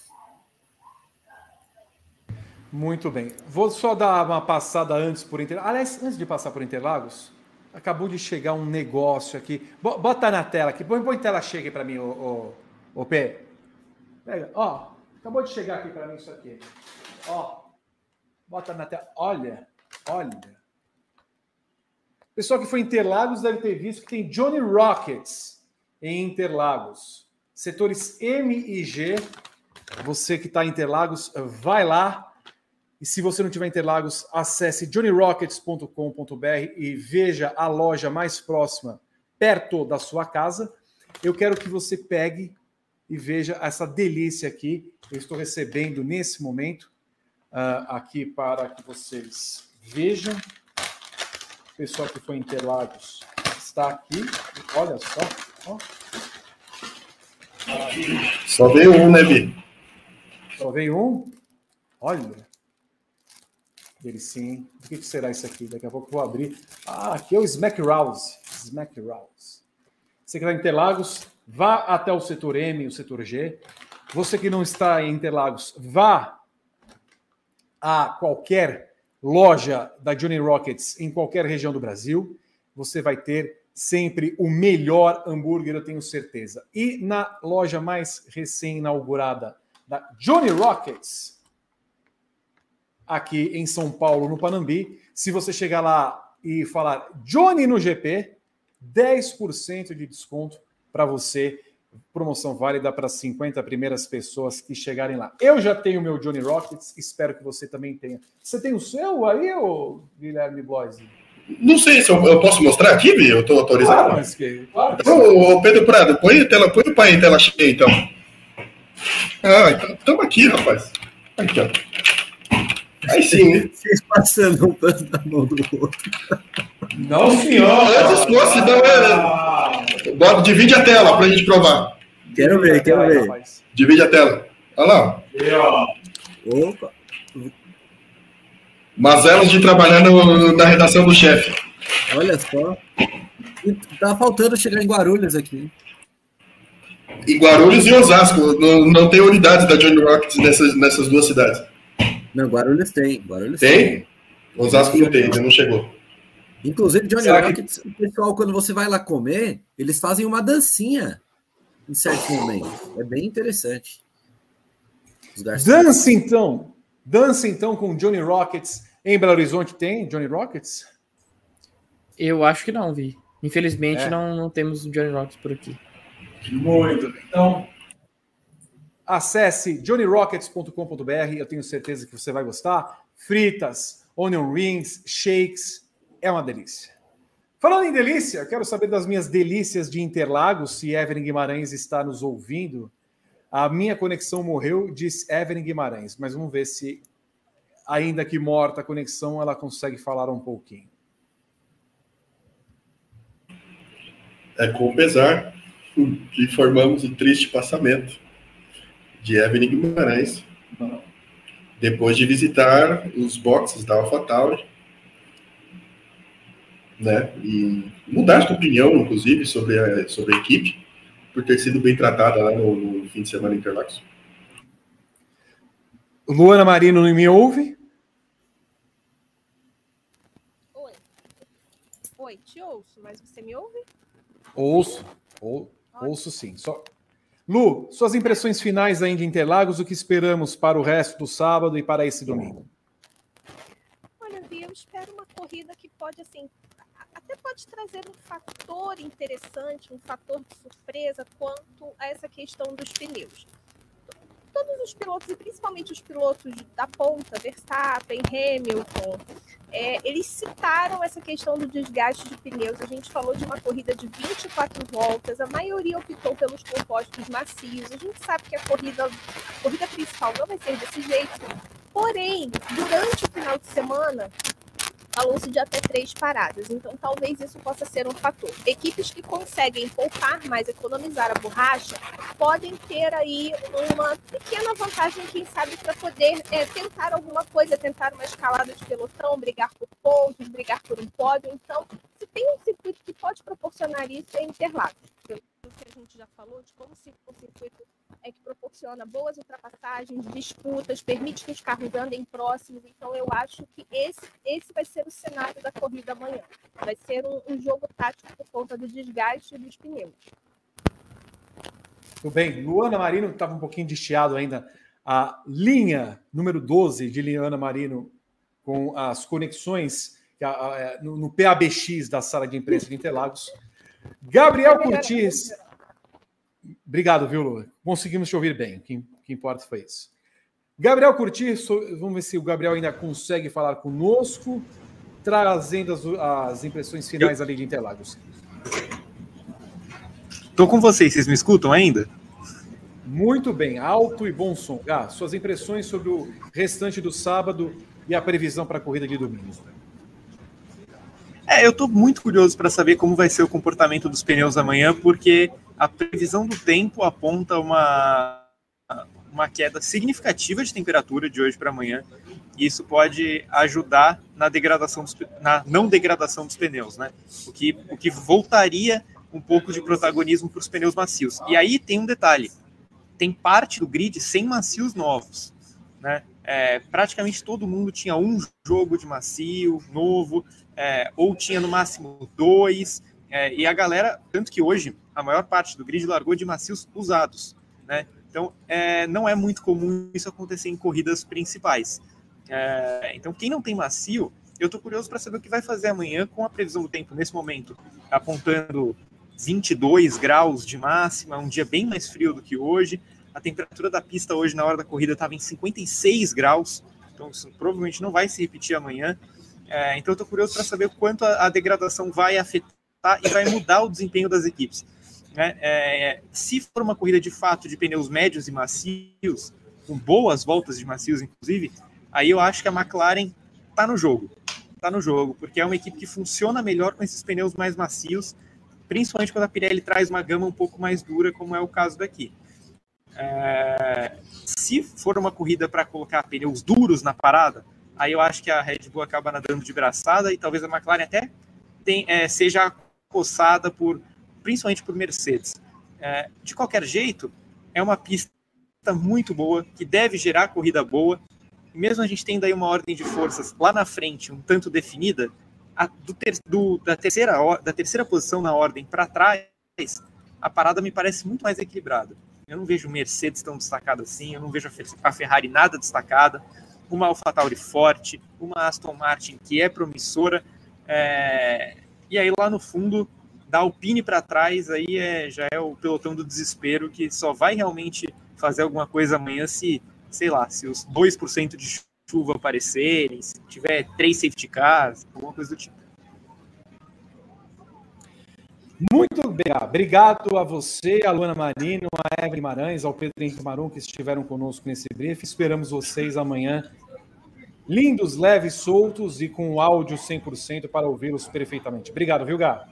Muito bem. Vou só dar uma passada antes por Interlagos. Aliás, antes de passar por Interlagos, acabou de chegar um negócio aqui. Bota na tela aqui, põe, põe tela cheia para mim, o, o, o P. Pega, ó, acabou de chegar aqui para mim isso aqui. Ó. Bota na tela. Olha, olha. O pessoal que foi em Interlagos deve ter visto que tem Johnny Rockets em Interlagos. Setores M e G. Você que está em Interlagos, vai lá. E se você não tiver em Interlagos, acesse johnny rockets ponto com ponto b r e veja a loja mais próxima, perto da sua casa. Eu quero que você pegue e veja essa delícia aqui. Eu estou recebendo nesse momento. Uh, aqui para que vocês vejam. O pessoal que foi em Interlagos está aqui. Olha só. Ó. Só veio um, né, Vi? Só veio um? Olha. Delicinha, hein? O que será isso aqui? Daqui a pouco eu vou abrir. Ah, aqui é o Smack Rouse. Smack Rouse. Você que está em Interlagos, vá até o setor M e o setor G. Você que não está em Interlagos, vá a qualquer loja da Johnny Rockets em qualquer região do Brasil, você vai ter sempre o melhor hambúrguer, eu tenho certeza. E na loja mais recém-inaugurada da Johnny Rockets, aqui em São Paulo, no Panambi, se você chegar lá e falar Johnny no G P, dez por cento de desconto para você. Promoção válida para as cinquenta primeiras pessoas que chegarem lá. Eu já tenho o meu Johnny Rockets, espero que você também tenha. Você tem o seu aí, ô Guilherme Bloise? Não sei se eu, eu posso mostrar aqui, Vi? Eu estou autorizado? Ah, mas que... claro que então, ô, Pedro Prado, põe, tela, põe o pai em tela cheia, então. Ah, então estamos aqui, rapaz. Aqui, ó. Aí sim, né? Vocês passando um tanto da mão do outro. Não, senhor! Antes fosse, então é... Bota, divide a tela para a gente provar. Quero ver, quero ver. Rapaz. Divide a tela. Olha lá. Opa! Mazelas de trabalhar no, na redação do chefe. Olha só. Tá faltando chegar em Guarulhos aqui. Em Guarulhos e Osasco. Não, não tem unidades da Johnny Rockets nessas, nessas duas cidades. Não, Guarulhos tem. Guarulhos tem? tem. Osasco não tem, ainda não chegou. Inclusive, Johnny Será Rockets, que... o pessoal, quando você vai lá comer, eles fazem uma dancinha em certos momentos. É bem interessante. Dança, então. Dança, então, com Johnny Rockets. Em Belo Horizonte tem Johnny Rockets? Eu acho que não, Vi. Infelizmente, é. não, não temos Johnny Rockets por aqui. Muito bem. Então, acesse johnny rockets ponto com ponto b r. Eu tenho certeza que você vai gostar. Fritas, onion rings, shakes. É uma delícia. Falando em delícia, eu quero saber das minhas delícias de Interlagos, se Evelyn Guimarães está nos ouvindo. A minha conexão morreu, diz Evelyn Guimarães, mas vamos ver se, ainda que morta a conexão, ela consegue falar um pouquinho. É com pesar que informamos o triste passamento de Evelyn Guimarães, depois de visitar os boxes da AlphaTauri, né, e mudar de opinião, inclusive, sobre a, sobre a equipe, por ter sido bem tratada lá no, no fim de semana em Interlagos. Luana Marino não me ouve? Oi, te ouço, mas você me ouve? Ouço, ou, ouço sim. Só... Lu, suas impressões finais ainda em Interlagos, o que esperamos para o resto do sábado e para esse domingo? Olha, Vi, eu espero uma corrida que pode, assim, até pode trazer um fator interessante, um fator de surpresa quanto a essa questão dos pneus. Todos os pilotos, e principalmente os pilotos da ponta, Verstappen, Hamilton, é, eles citaram essa questão do desgaste de pneus. A gente falou de uma corrida de vinte e quatro voltas, a maioria optou pelos compostos macios. A gente sabe que a corrida, a corrida principal não vai ser desse jeito. Porém, durante o final de semana, falou-se de até três paradas, então talvez isso possa ser um fator. Equipes que conseguem poupar mais, economizar a borracha, podem ter aí uma pequena vantagem, quem sabe, para poder é, tentar alguma coisa, tentar uma escalada de pelotão, brigar por pontos, brigar por um pódio. Então, se tem um circuito que pode proporcionar isso, é Interlagos. Pelo que a gente já falou, de como se o circuito é que proporciona boas ultrapassagens, disputas, permite que os carros andem próximos. Então, eu acho que esse, esse vai ser o cenário da corrida amanhã. Vai ser um, um jogo tático por conta do desgaste dos pneus. Tudo bem. Luana Marino estava um pouquinho deschiado ainda. A linha número doze de Luana Marino com as conexões a, a, no, no P A B X da sala de imprensa de Interlagos. Gabriel Curtis. Obrigado, viu, Lu? Conseguimos te ouvir bem. O que, que importa foi isso. Gabriel Curtis, vamos ver se o Gabriel ainda consegue falar conosco, trazendo as, as impressões finais Eu... ali de Interlagos. Estou com vocês, vocês me escutam ainda? Muito bem, alto e bom som. Ah, suas impressões sobre o restante do sábado e a previsão para a corrida de domingo. É, eu estou muito curioso para saber como vai ser o comportamento dos pneus amanhã, porque a previsão do tempo aponta uma, uma queda significativa de temperatura de hoje para amanhã, e isso pode ajudar na degradação dos, na não degradação dos pneus, né? O que, o que voltaria um pouco de protagonismo para os pneus macios. E aí tem um detalhe, tem parte do grid sem macios novos, né? É, praticamente todo mundo tinha um jogo de macio novo, é, ou tinha no máximo dois, é, e a galera, tanto que hoje a maior parte do grid largou de macios usados, né? Então é, não é muito comum isso acontecer em corridas principais. É, então quem não tem macio, eu estou curioso para saber o que vai fazer amanhã com a previsão do tempo nesse momento, apontando vinte e dois graus de máxima, um dia bem mais frio do que hoje. A temperatura da pista hoje, na hora da corrida, estava em cinquenta e seis graus, então isso provavelmente não vai se repetir amanhã. É, então eu estou curioso para saber o quanto a, a degradação vai afetar e vai mudar o desempenho das equipes. Né? É, se for uma corrida de fato de pneus médios e macios, com boas voltas de macios, inclusive, aí eu acho que a McLaren está no jogo. Está no jogo, porque é uma equipe que funciona melhor com esses pneus mais macios, principalmente quando a Pirelli traz uma gama um pouco mais dura, como é o caso daqui. É, se for uma corrida para colocar pneus duros na parada, aí eu acho que a Red Bull acaba nadando de braçada e talvez a McLaren até tem, é, seja acossada por, principalmente por Mercedes. É, de qualquer jeito, é uma pista muito boa, que deve gerar corrida boa, e mesmo a gente tendo aí uma ordem de forças lá na frente, um tanto definida, a, do ter, do, da, terceira, da terceira posição na ordem para trás, a parada me parece muito mais equilibrada. Eu não vejo Mercedes tão destacada assim, eu não vejo a Ferrari nada destacada, uma AlphaTauri forte, uma Aston Martin que é promissora, é... e aí lá no fundo, da Alpine para trás, aí é, já é o pelotão do desespero, que só vai realmente fazer alguma coisa amanhã se, sei lá, se os dois por cento de chuva aparecerem, se tiver três safety cars, alguma coisa do tipo. Muito bem, obrigado a você, a Luana Marino, a Evelyn Guimarães, ao Pedro Henrique Marum, que estiveram conosco nesse briefing. Esperamos vocês amanhã lindos, leves, soltos e com o áudio cem por cento para ouvi-los perfeitamente. Obrigado, viu, Gá?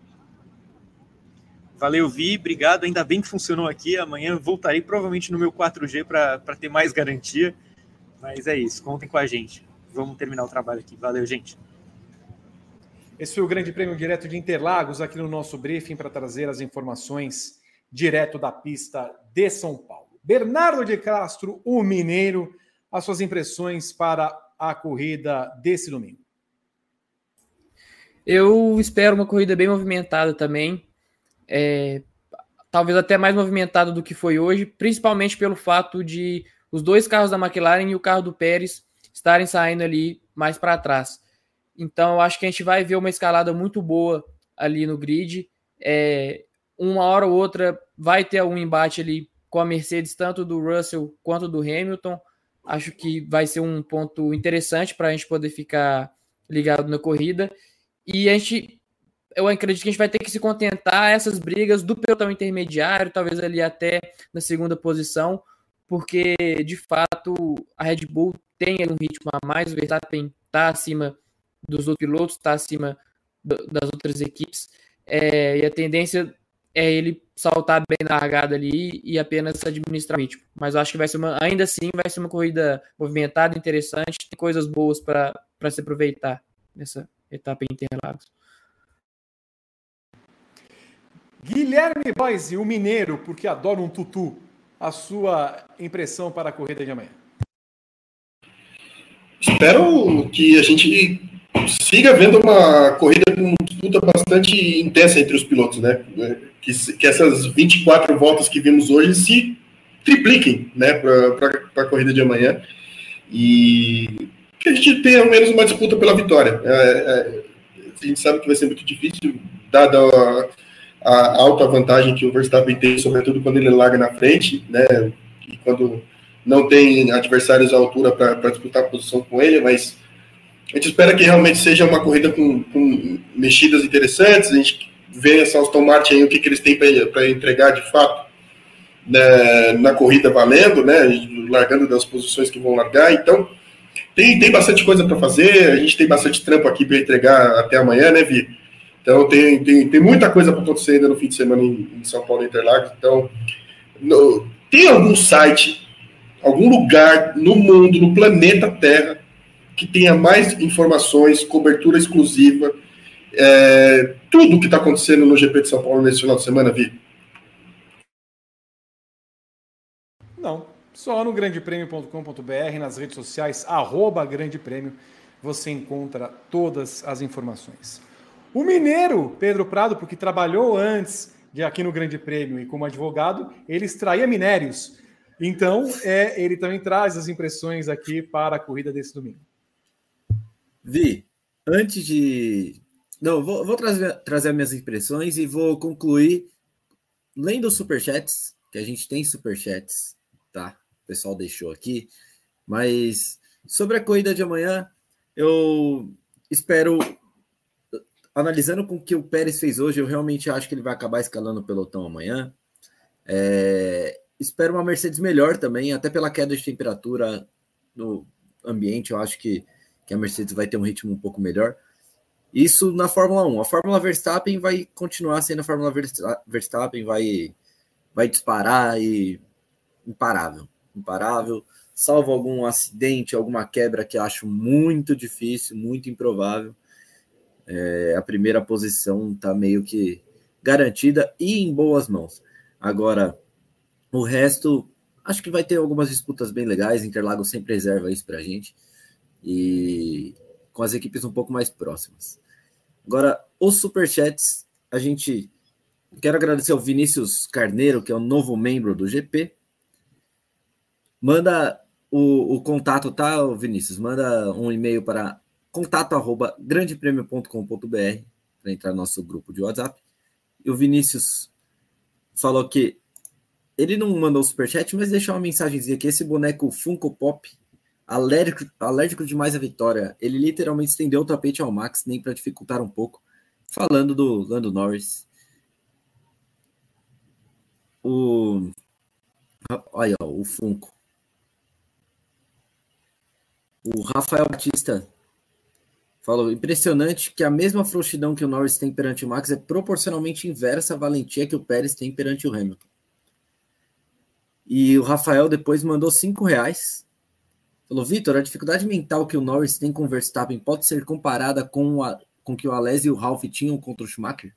Valeu, Vi, obrigado. Ainda bem que funcionou aqui. Amanhã voltarei provavelmente no meu quatro G para ter mais garantia. Mas é isso, contem com a gente. Vamos terminar o trabalho aqui. Valeu, gente. Esse foi o Grande Prêmio direto de Interlagos, aqui no nosso briefing, para trazer as informações direto da pista de São Paulo. Bernardo de Castro, o mineiro, as suas impressões para a corrida desse domingo. Eu espero uma corrida bem movimentada também, é, talvez até mais movimentada do que foi hoje, principalmente pelo fato de os dois carros da McLaren e o carro do Pérez estarem saindo ali mais para trás. Então, eu acho que a gente vai ver uma escalada muito boa ali no grid. É, uma hora ou outra vai ter algum embate ali com a Mercedes, tanto do Russell quanto do Hamilton. Acho que vai ser um ponto interessante para a gente poder ficar ligado na corrida. E a gente, eu acredito que a gente vai ter que se contentar a essas brigas do pelotão intermediário, talvez ali até na segunda posição, porque de fato a Red Bull tem um ritmo a mais, o Verstappen está acima dos outros pilotos, está acima do, das outras equipes, é, e a tendência é ele saltar bem na largada ali e apenas administrar o ritmo. Mas eu acho que vai ser uma, ainda assim vai ser uma corrida movimentada, interessante, tem coisas boas para se aproveitar nessa etapa em Interlagos. Guilherme Boise, o mineiro, porque adora um tutu, a sua impressão para a corrida de amanhã? Espero que a gente siga vendo uma corrida com disputa bastante intensa entre os pilotos, né? Que, que essas vinte e quatro voltas que vimos hoje se tripliquem, né, para a corrida de amanhã. E que a gente tenha ao menos uma disputa pela vitória. É, é, a gente sabe que vai ser muito difícil, dada a, a alta vantagem que o Verstappen tem, sobretudo quando ele larga na frente, né? E quando não tem adversários à altura para disputar a posição com ele, mas a gente espera que realmente seja uma corrida com, com mexidas interessantes, a gente vê essa Aston Martin aí, o que, que eles têm para entregar de fato, né, na corrida valendo, né, largando das posições que vão largar. Então tem, tem bastante coisa para fazer, a gente tem bastante trampo aqui para entregar até amanhã, né, Vi? Então tem, tem, tem muita coisa para acontecer ainda no fim de semana em, em São Paulo, Interlagos. Então no, tem algum site, algum lugar no mundo, no planeta Terra, que tenha mais informações, cobertura exclusiva, é, tudo o que está acontecendo no G P de São Paulo nesse final de semana, Vi? Não, só no grande prêmio ponto com ponto b r, nas redes sociais, arroba Grande Prêmio, você encontra todas as informações. O mineiro Pedro Prado, porque trabalhou antes de aqui no Grande Prêmio e como advogado, ele extraía minérios. Então, é, ele também traz as impressões aqui para a corrida desse domingo. Vi, antes de... Não, vou, vou trazer, trazer minhas impressões e vou concluir lendo os superchats, que a gente tem superchats, tá? O pessoal deixou aqui. Mas sobre a corrida de amanhã, eu espero... Analisando com o que o Pérez fez hoje, eu realmente acho que ele vai acabar escalando o pelotão amanhã. É... Espero uma Mercedes melhor também, até pela queda de temperatura no ambiente, eu acho que, que a Mercedes vai ter um ritmo um pouco melhor. Isso na Fórmula um. A Fórmula Verstappen vai continuar sendo a Fórmula Verstappen, vai, vai disparar e imparável. Imparável, salvo algum acidente, alguma quebra que eu acho muito difícil, muito improvável. É, a primeira posição está meio que garantida e em boas mãos. Agora, o resto, acho que vai ter algumas disputas bem legais. Interlagos sempre reserva isso para a gente. E com as equipes um pouco mais próximas. Agora, os superchats, a gente... Quero agradecer ao Vinícius Carneiro, que é o novo membro do G P. Manda o, o contato, tá, Vinícius? Manda um e-mail para contato arroba grande prêmio ponto com ponto b r para entrar no nosso grupo de WhatsApp. E o Vinícius falou que ele não mandou o superchat, mas deixou uma mensagenzinha aqui. Esse boneco Funko Pop, alérgico, alérgico demais à vitória, ele literalmente estendeu o tapete ao Max, nem para dificultar um pouco, falando do Lando Norris. O... Olha, o Funko. O Rafael Batista falou, impressionante que a mesma frouxidão que o Norris tem perante o Max é proporcionalmente inversa à valentia que o Pérez tem perante o Hamilton. E o Rafael depois mandou cinco reais. Falou, Vitor, a dificuldade mental que o Norris tem com o Verstappen pode ser comparada com a com que o Alesi e o Ralf tinham contra o Schumacher?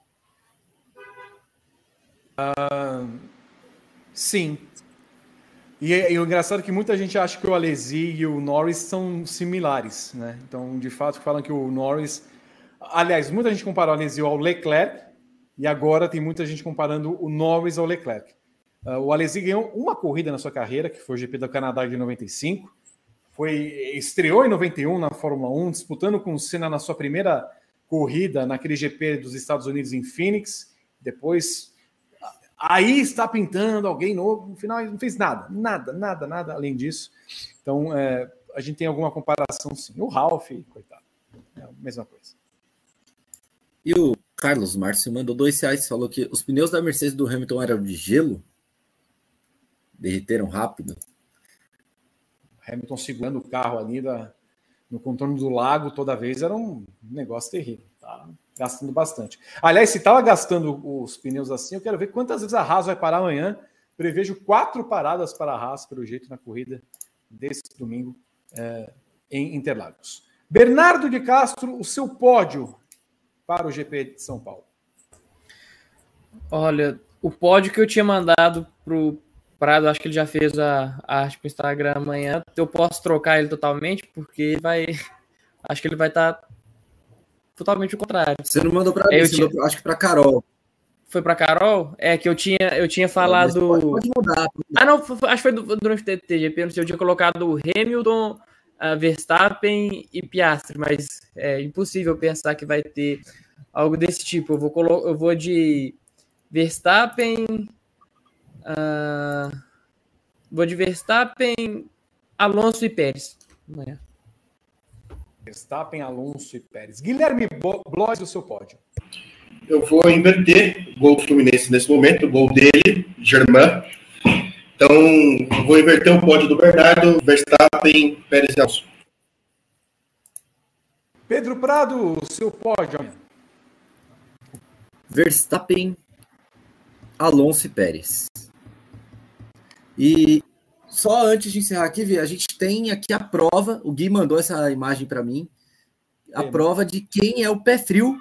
Uh, sim. E, e o engraçado é que muita gente acha que o Alesi e o Norris são similares, né? Então, de fato, falam que o Norris... Aliás, muita gente compara o Alesi ao Leclerc e agora tem muita gente comparando o Norris ao Leclerc. Uh, o Alesi ganhou uma corrida na sua carreira, que foi o G P do Canadá de noventa e cinco. Foi, estreou em noventa e um na Fórmula um, disputando com o Senna na sua primeira corrida naquele G P dos Estados Unidos em Phoenix. Depois... Aí está pintando alguém novo, no final não fez nada, nada, nada, nada além disso. Então, é, a gente tem alguma comparação sim. O Ralf, coitado, é a mesma coisa. E o Carlos Márcio mandou dois reais, falou que os pneus da Mercedes do Hamilton eram de gelo, derreteram rápido. Hamilton segurando o carro ali da, no contorno do lago toda vez era um negócio terrível, tá? Gastando bastante. Aliás, se estava gastando os pneus assim, eu quero ver quantas vezes a Haas vai parar amanhã. Prevejo quatro paradas para a Haas, pelo jeito, na corrida desse domingo é, em Interlagos. Bernardo de Castro, o seu pódio para o G P de São Paulo. Olha, o pódio que eu tinha mandado para o Prado, acho que ele já fez a, a arte para o Instagram amanhã. Eu posso trocar ele totalmente, porque vai, acho que ele vai estar... Tá totalmente o contrário. Você não mandou para mim, você tinha... mandou, acho que para Carol. Foi para Carol? É que eu tinha, eu tinha falado... Pode, pode mudar. Pode mudar. Ah, não, foi, acho que foi durante o T G P, não sei, eu tinha colocado o Hamilton, uh, Verstappen e Piastri, mas é impossível pensar que vai ter algo desse tipo. Eu vou, colo... eu vou de Verstappen... Uh... Vou de Verstappen, Alonso e Pérez. Amanhã. Verstappen, Alonso e Pérez. Guilherme Blois, o seu pódio. Eu vou inverter o gol do Fluminense nesse momento, o gol dele, Germain. Então, vou inverter o pódio do Bernardo, Verstappen, Pérez e Alonso. Pedro Prado, o seu pódio. Verstappen, Alonso e Pérez. E só antes de encerrar aqui, a gente tem aqui a prova, o Gui mandou essa imagem para mim, a é, prova de quem é o pé frio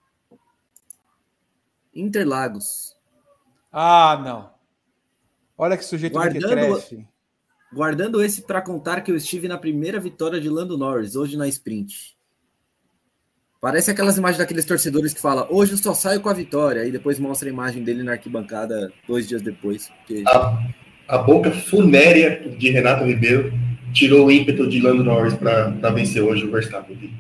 Interlagos. Ah, não. Olha que sujeito guardando, guardando esse para contar que eu estive na primeira vitória de Lando Norris, hoje na sprint. Parece aquelas imagens daqueles torcedores que falam, hoje eu só saio com a vitória, e depois mostra a imagem dele na arquibancada dois dias depois. Porque... A, a boca funérea de Renato Ribeiro tirou o ímpeto de Lando Norris para vencer hoje o Verstappen.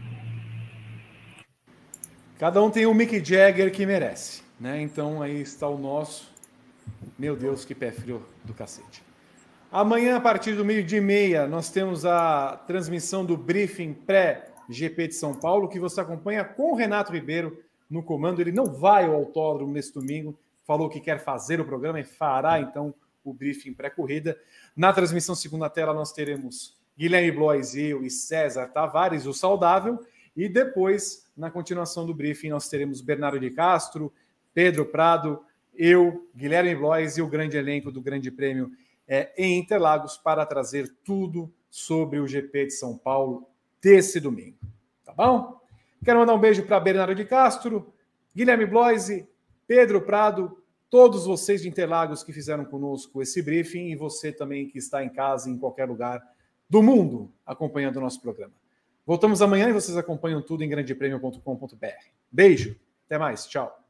Cada um tem o Mick Jagger que merece, né? Então aí está o nosso. Meu Deus, que pé frio do cacete. Amanhã, a partir do meio-dia e meia, nós temos a transmissão do briefing pré-G P de São Paulo, que você acompanha com o Renato Ribeiro no comando. Ele não vai ao autódromo nesse domingo, falou que quer fazer o programa e fará, então, o briefing pré-corrida. Na transmissão segunda tela, nós teremos Guilherme Blois, eu e César Tavares, o saudável. E depois, na continuação do briefing, nós teremos Bernardo de Castro, Pedro Prado, eu, Guilherme Blois e o grande elenco do Grande Prêmio é, em Interlagos para trazer tudo sobre o G P de São Paulo desse domingo. Tá bom? Quero mandar um beijo para Bernardo de Castro, Guilherme Blois, Pedro Prado, todos vocês de Interlagos que fizeram conosco esse briefing e você também que está em casa, em qualquer lugar do mundo, acompanhando o nosso programa. Voltamos amanhã e vocês acompanham tudo em grande prêmio ponto com ponto b r. Beijo, até mais, tchau.